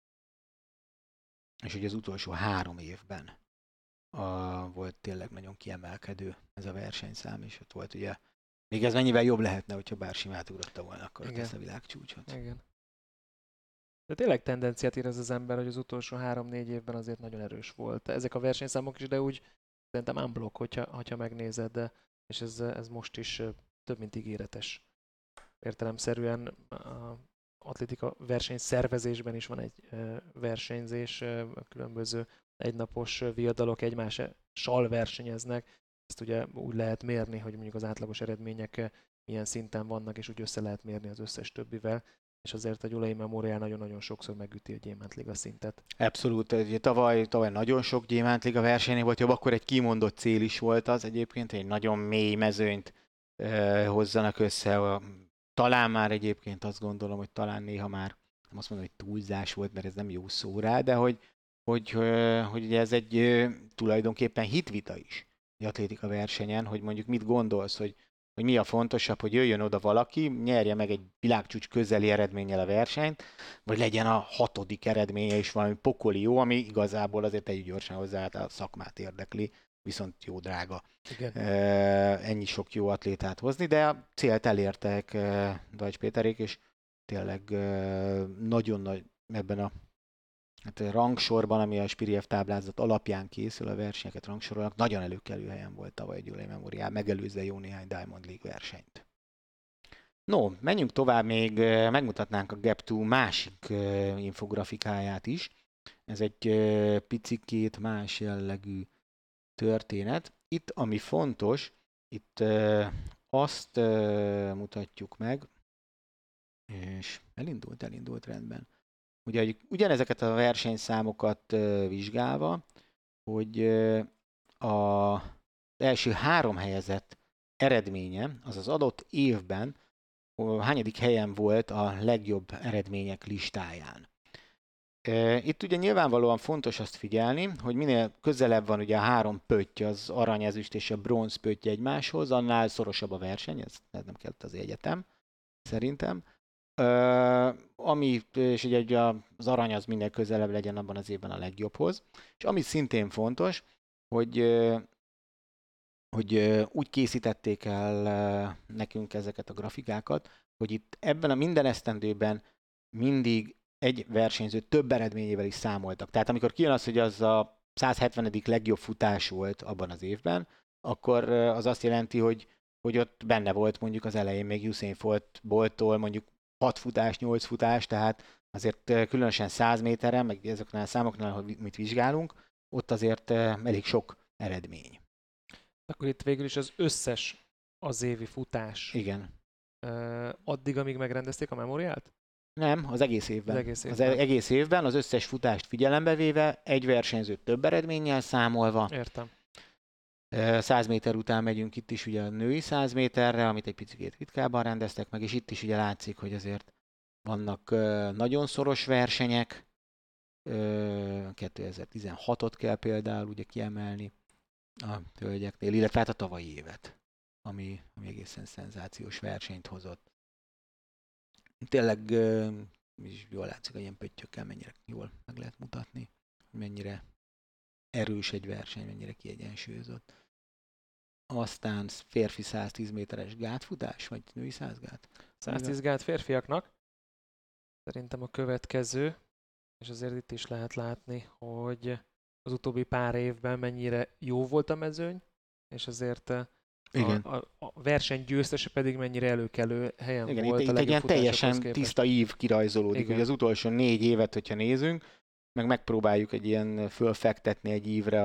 És ugye az utolsó 3 évben volt tényleg nagyon kiemelkedő ez a versenyszám, és ott volt ugye, még ez mennyivel jobb lehetne, hogyha bár simát ugrotta volna akkor ezt a világcsúcsot. Igen. De tényleg tendenciát érez az ember, hogy az utolsó 3-4 évben azért nagyon erős volt. Ezek a versenyszámok is, de úgy szerintem unblock, hogyha megnézed, de, és ez most is több, mint ígéretes. Értelemszerűen a atlétika versenyszervezésben is van egy versenyzés, különböző egynapos viadalok egymással versenyeznek. Ezt ugye úgy lehet mérni, hogy mondjuk az átlagos eredmények milyen szinten vannak, és úgy össze lehet mérni az összes többivel. És azért a Gyulai Memorial nagyon-nagyon sokszor megüti a Gyémántliga szintet. Abszolút, tavaly nagyon sok Gyémántliga versenyén volt jobb, akkor egy kimondott cél is volt az egyébként, egy nagyon mély mezőnyt hozzanak össze. Talán már egyébként azt gondolom, hogy talán néha már, nem azt mondom, hogy túlzás volt, mert ez nem jó szó rá, de hogy ugye ez egy tulajdonképpen hitvita is egy atlétika versenyen, hogy mondjuk mit gondolsz, hogy mi a fontosabb, hogy jöjjön oda valaki, nyerje meg egy világcsúcs közeli eredménnyel a versenyt, vagy legyen a 6. eredménye is valami pokoli jó, ami igazából azért egy gyorsan hozzá a szakmát érdekli, viszont jó drága. Igen. Ennyi sok jó atlétát hozni, de a célt elértek Deutsch Péterék, és tényleg nagyon nagy ebben a Hát a rangsorban, ami a Spiriev táblázat alapján készül, a versenyeket rangsorolnak, nagyon előkelő helyen volt tavaly a Gyulai Memorial, megelőzve jó néhány Diamond League versenyt. No, menjünk tovább, még megmutatnánk a Gap2 másik infografikáját is. Ez egy picikét más jellegű történet. Itt, ami fontos, itt azt mutatjuk meg, és elindult rendben. Ugye ugyanezeket a versenyszámokat vizsgálva, hogy az első 3 helyezett eredménye, az az adott évben hányadik helyen volt a legjobb eredmények listáján. Itt ugye nyilvánvalóan fontos azt figyelni, hogy minél közelebb van ugye a 3 pötty, az arany, ezüst és a bronz pötty egymáshoz, annál szorosabb a verseny, ez nem kellett az egyetem, szerintem. És ugye az arany az minél közelebb legyen abban az évben a legjobbhoz. És ami szintén fontos, hogy úgy készítették el nekünk ezeket a grafikákat, hogy itt ebben a minden esztendőben mindig egy versenyző több eredményével is számoltak. Tehát amikor kijön az, hogy az a 170. legjobb futás volt abban az évben, akkor az azt jelenti, hogy ott benne volt mondjuk az elején még Usain Bolttól mondjuk 6 futás, 8 futás, tehát azért különösen 100 méteren, meg ezeknél a számoknál, hogy mit vizsgálunk, ott azért elég sok eredmény. Akkor itt végül is az összes az évi futás. Igen. Addig, amíg megrendezték a memoriált? Nem, az egész évben. Az egész évben az összes futást figyelembe véve, egy versenyzőt több eredménnyel számolva. Értem. 100 méter után megyünk itt is ugye a női 100 méterre, amit egy picit ritkábban rendeztek meg, és itt is ugye látszik, hogy azért vannak nagyon szoros versenyek. 2016-ot kell például ugye kiemelni a hölgyeknél, illetve hát a tavalyi évet, ami egészen szenzációs versenyt hozott. Tényleg is jól látszik, hogy ilyen pöttyökkel mennyire jól meg lehet mutatni, hogy mennyire erős egy verseny, mennyire kiegyensúlyozott. Aztán férfi 110 méteres gátfutás, vagy női 100 gát? 110 gát férfiaknak. Szerintem a következő, és azért itt is lehet látni, hogy az utóbbi pár évben mennyire jó volt a mezőny, és azért a verseny győztese pedig mennyire előkelő helyen igen, volt. Itt egy ilyen teljesen tiszta ív kirajzolódik. Ugye az utolsó 4 évet, hogyha nézünk, meg megpróbáljuk egy ilyen fölfektetni egy ívre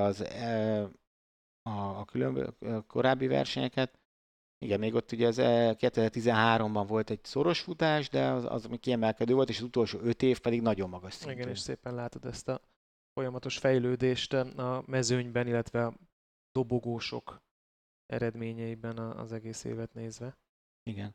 a korábbi versenyeket. Igen, még ott ugye az 2013-ban volt egy szoros futás, de az ami kiemelkedő volt, és az utolsó 5 év pedig nagyon magas szintű. Igen, és szépen látod ezt a folyamatos fejlődést a mezőnyben, illetve a dobogósok eredményeiben az egész évet nézve. Igen.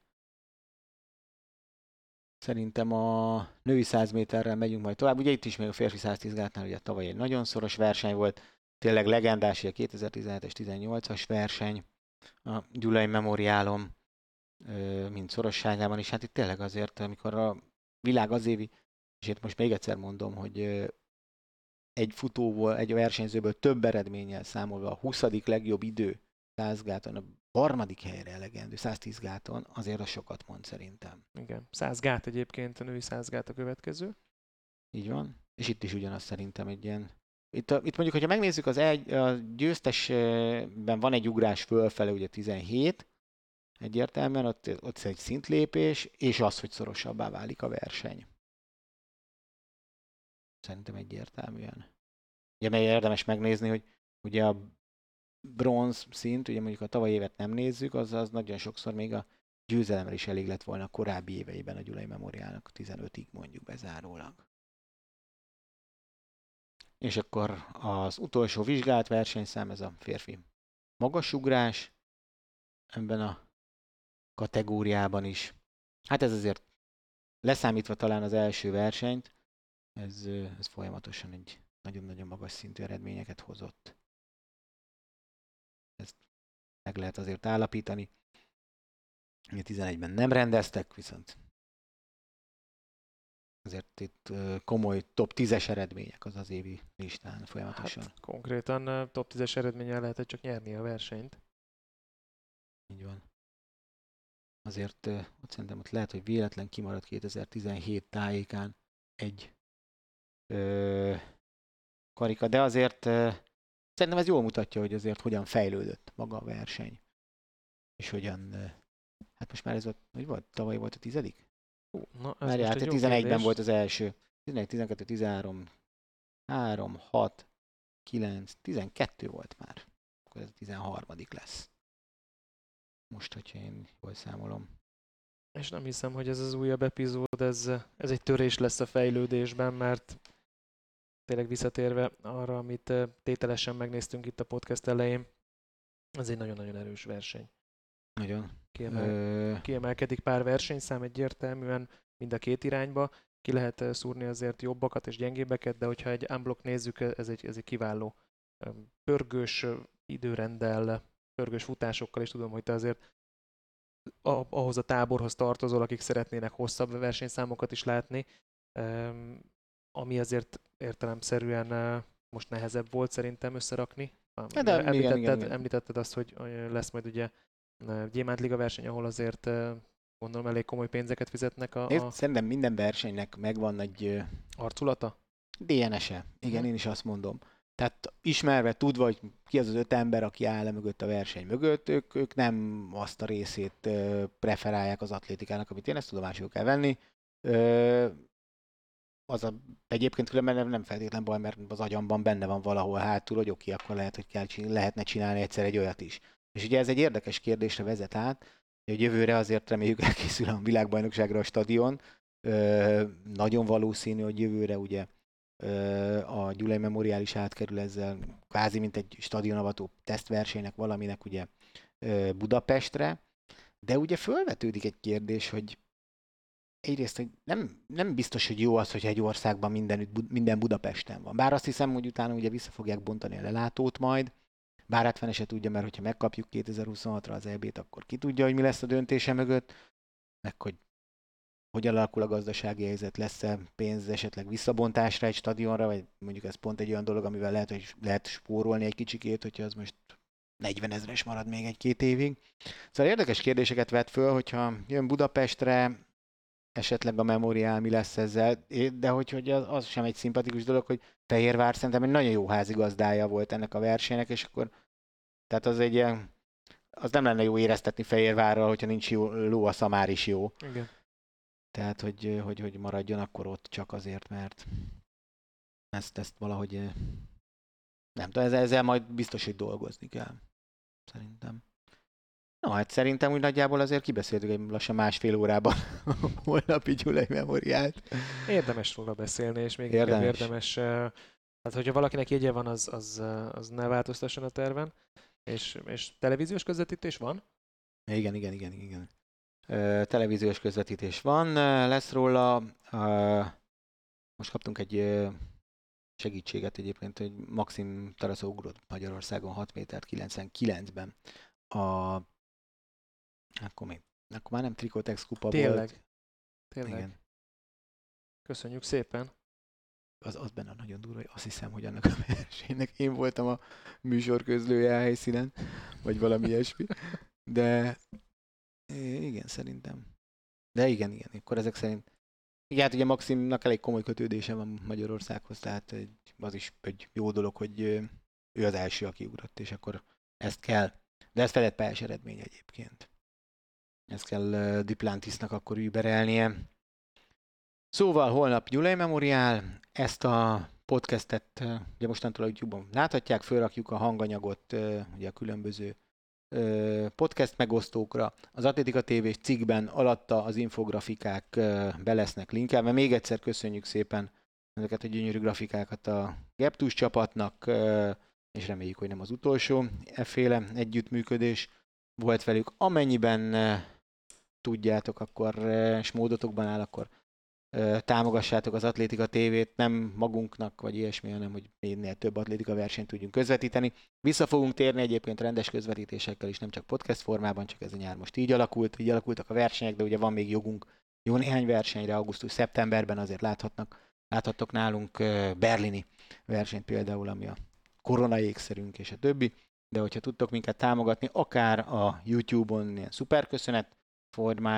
Szerintem a női 100 méterrel megyünk majd tovább. Ugye itt is még a férfi 110 gátnál ugye tavaly egy nagyon szoros verseny volt. Tényleg legendás, a 2017-es 18-as verseny a Gyulai Memoriálon, mint szorosságában is. Hát itt tényleg azért, amikor a világ az évi, és itt most még egyszer mondom, hogy egy futóból, egy versenyzőből több eredménnyel számolva a 20. legjobb idő 100 gáton, a 3. helyre elegendő 110 gáton, azért az sokat mond szerintem. Igen, 100 gát egyébként, a női 100 gát a következő. Így van. És itt is ugyanaz szerintem egy ilyen... Itt mondjuk, hogyha megnézzük, a győztesben van egy ugrás fölfele, ugye 17, egyértelműen, ott egy szintlépés, és az, hogy szorosabbá válik a verseny. Szerintem egyértelműen. Ugye meg érdemes megnézni, hogy ugye a bronz szint, ugye mondjuk a tavalyi évet nem nézzük, az nagyon sokszor még a győzelemre is elég lett volna a korábbi éveiben a Gyulai Memoriálnak 15-ig mondjuk bezárólag. És akkor az utolsó vizsgált versenyszám, ez a férfi magasugrás ebben a kategóriában is. Hát ez azért leszámítva talán az első versenyt, ez folyamatosan egy nagyon-nagyon magas szintű eredményeket hozott. Ezt meg lehet azért állapítani. 11-ben nem rendeztek, viszont azért itt komoly top 10-es eredmények az évi listán folyamatosan. Hát, konkrétan top 10-es eredménnyel lehetett csak nyerni a versenyt. Így van. Azért ott szerintem ott lehet, hogy véletlen kimaradt 2017 tájékán egy karika, de azért szerintem ez jól mutatja, hogy azért hogyan fejlődött maga a verseny. És hogyan, hát most már ez hogy volt? Tavaly volt a 10. Na, ez Várjál, most hát egy jó 11-ben kérdés. volt az első. 11, 12, 13, 3, 6, 9, 12 volt már. Akkor ez a 13. lesz. Most, hogyha én jól számolom. És nem hiszem, hogy ez az újabb epizód, ez egy törés lesz a fejlődésben, mert tényleg visszatérve arra, amit tételesen megnéztünk itt a podcast elején, ez egy nagyon-nagyon erős verseny. Nagyon. Kiemelkedik pár versenyszám egyértelműen mind a két irányba. Ki lehet szúrni azért jobbakat és gyengébbeket, de hogyha egy unblock nézzük, ez egy kiváló pörgős időrenddel, pörgős futásokkal, és tudom, hogy te azért ahhoz a táborhoz tartozol, akik szeretnének hosszabb versenyszámokat is látni, ami azért értelemszerűen most nehezebb volt szerintem összerakni. De igen. Említetted azt, hogy lesz majd ugye Gyémánt Liga verseny, ahol azért gondolom elég komoly pénzeket fizetnek a Szerintem minden versenynek megvan egy arculata. DNS-e. Igen, én is azt mondom. Tehát ismerve, tudva, hogy ki az az 5 ember, aki áll mögött a verseny mögött, ők nem azt a részét preferálják az atlétikának, amit én ezt tudomásul kell venni. Egyébként különben nem feltétlen baj, mert az agyamban benne van valahol hátul, hogy oké, akkor lehet, hogy lehetne csinálni egyszer egy olyat is. És ugye ez egy érdekes kérdésre vezet át, hogy jövőre azért reméljük elkészül a világbajnokságra a stadion. Nagyon valószínű, hogy jövőre ugye a Gyulai Memoriál is átkerül ezzel, kvázi mint egy stadionavató tesztversenynek valaminek ugye Budapestre, de ugye fölvetődik egy kérdés, hogy egyrészt, hogy nem biztos, hogy jó az, hogyha egy országban minden Budapesten van. Bár azt hiszem, hogy utána ugye vissza fogják bontani a lelátót majd, bár hát fene se tudja, mert hogyha megkapjuk 2026-ra az EB-t, akkor ki tudja, hogy mi lesz a döntése mögött, meg hogy hogyan alakul a gazdasági helyzet, lesz-e pénz esetleg visszabontásra egy stadionra, vagy mondjuk ez pont egy olyan dolog, amivel lehet spórolni egy kicsikét, hogyha az most 40 000-es marad még 1-2 évig. Szóval érdekes kérdéseket vet föl, hogyha jön Budapestre, esetleg a Memoriál mi lesz ezzel, de hogy az sem egy szimpatikus dolog, hogy Fehérvár szerintem egy nagyon jó házigazdája volt ennek a versenynek, és akkor tehát az egy ilyen, az nem lenne jó éreztetni Fehérvárral, hogyha nincs jó, ló a szamár is jó. Igen. Tehát, hogy maradjon akkor ott csak azért, mert ezt valahogy nem tudom, ezzel majd biztos, hogy dolgozni kell. Szerintem. No, hát szerintem úgy nagyjából azért kibeszéltük egy lassan 1,5 órában a holnapi Gyulai Memoriált. Érdemes róla beszélni, és még inkább érdemes. Hát, hogyha valakinek jegye van, az ne változtasson a terven. És televíziós közvetítés van? Igen. Televíziós közvetítés van, lesz róla. Most kaptunk egy segítséget egyébként, hogy Maxim Taraszó ugrott Magyarországon 6 métert 99-ben. Akkor már nem Trikotex kupa volt. Tényleg. Igen. Köszönjük szépen. Az benne nagyon durva, hogy azt hiszem, hogy annak a versenynek én voltam a műsor közlője a helyszínen, vagy valami ilyesmi. De igen, szerintem. De igen, akkor ezek szerint. Igen, hát ugye Maximnak elég komoly kötődése van Magyarországhoz, tehát az is egy jó dolog, hogy ő az első, aki ugrott, és akkor ezt kell. De ez fedett pályás eredmény egyébként. Ezt kell Duplantisnak akkor überelnie. Szóval holnap Gyulai Memoriál, ezt a podcastet ugye mostantól a YouTube-on láthatják, fölrakjuk a hanganyagot ugye a különböző podcast megosztókra. Az Atlétika TV-s cikkben alatta az infografikák be lesznek linkelve. Még egyszer köszönjük szépen ezeket a gyönyörű grafikákat a Geptus csapatnak, és reméljük, hogy nem az utolsó efféle együttműködés volt velük. Amennyiben tudjátok, akkor és módotokban áll, akkor támogassátok az Atlétika TV-t, nem magunknak, vagy ilyesmi, hanem hogy minél több atlétika versenyt tudjunk közvetíteni. Vissza fogunk térni egyébként rendes közvetítésekkel is, nem csak podcast formában, csak ez a nyár most így alakultak a versenyek, de ugye van még jogunk jó néhány versenyre, augusztus-szeptemberben azért láthattok nálunk berlini versenyt például, ami a korona ékszerünk és a többi, de hogyha tudtok minket támogatni, akár a YouTube-on ilyen szuperköszönet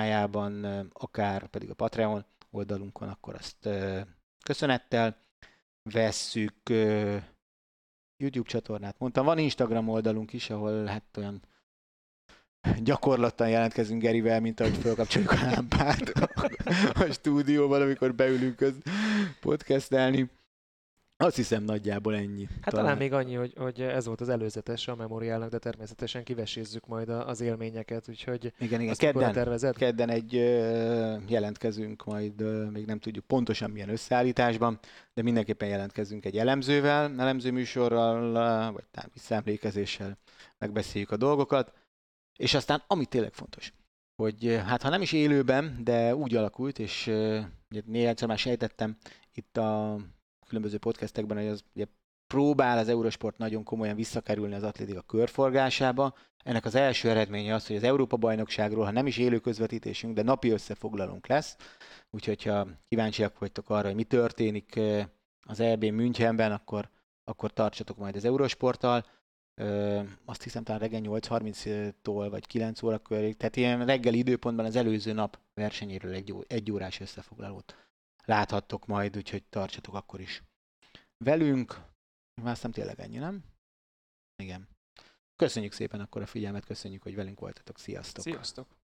formájában, akár pedig a Patreon oldalunkon, akkor azt köszönettel. vesszük. YouTube csatornát mondtam. Van Instagram oldalunk is, ahol hát olyan gyakorlattan jelentkezünk Gerivel, mint ahogy felkapcsoljuk a lámpát a stúdióban, amikor beülünk podcastelni. Azt hiszem nagyjából ennyi. Hát talán még annyi, hogy ez volt az előzetes a memoriálnak, de természetesen kivesézzük majd az élményeket, úgyhogy igen. Kedden egy jelentkezünk majd, még nem tudjuk pontosan milyen összeállításban, de mindenképpen jelentkezünk egy elemző műsorral, vagy talán visszaemlékezéssel megbeszéljük a dolgokat. És aztán, ami tényleg fontos, hogy hát ha nem is élőben, de úgy alakult, és néhányszor már sejtettem itt a különböző podcastekben, hogy az ugye próbál az Eurosport nagyon komolyan visszakerülni az atlétika körforgásába. Ennek az első eredménye az, hogy az Európa-bajnokságról, ha nem is élő közvetítésünk, de napi összefoglalónk lesz. Úgyhogy ha kíváncsiak vagytok arra, hogy mi történik az EB Münchenben, akkor tartsatok majd az Eurosporttal. Azt hiszem talán reggel 8:30-tól vagy 9 óra körül, tehát ilyen reggeli időpontban az előző nap versenyéről egy órás összefoglalót láthattok majd, úgyhogy tartsatok akkor is velünk. Már aztán tényleg ennyi, nem? Igen. Köszönjük szépen akkor a figyelmet, köszönjük, hogy velünk voltatok. Sziasztok! Sziasztok!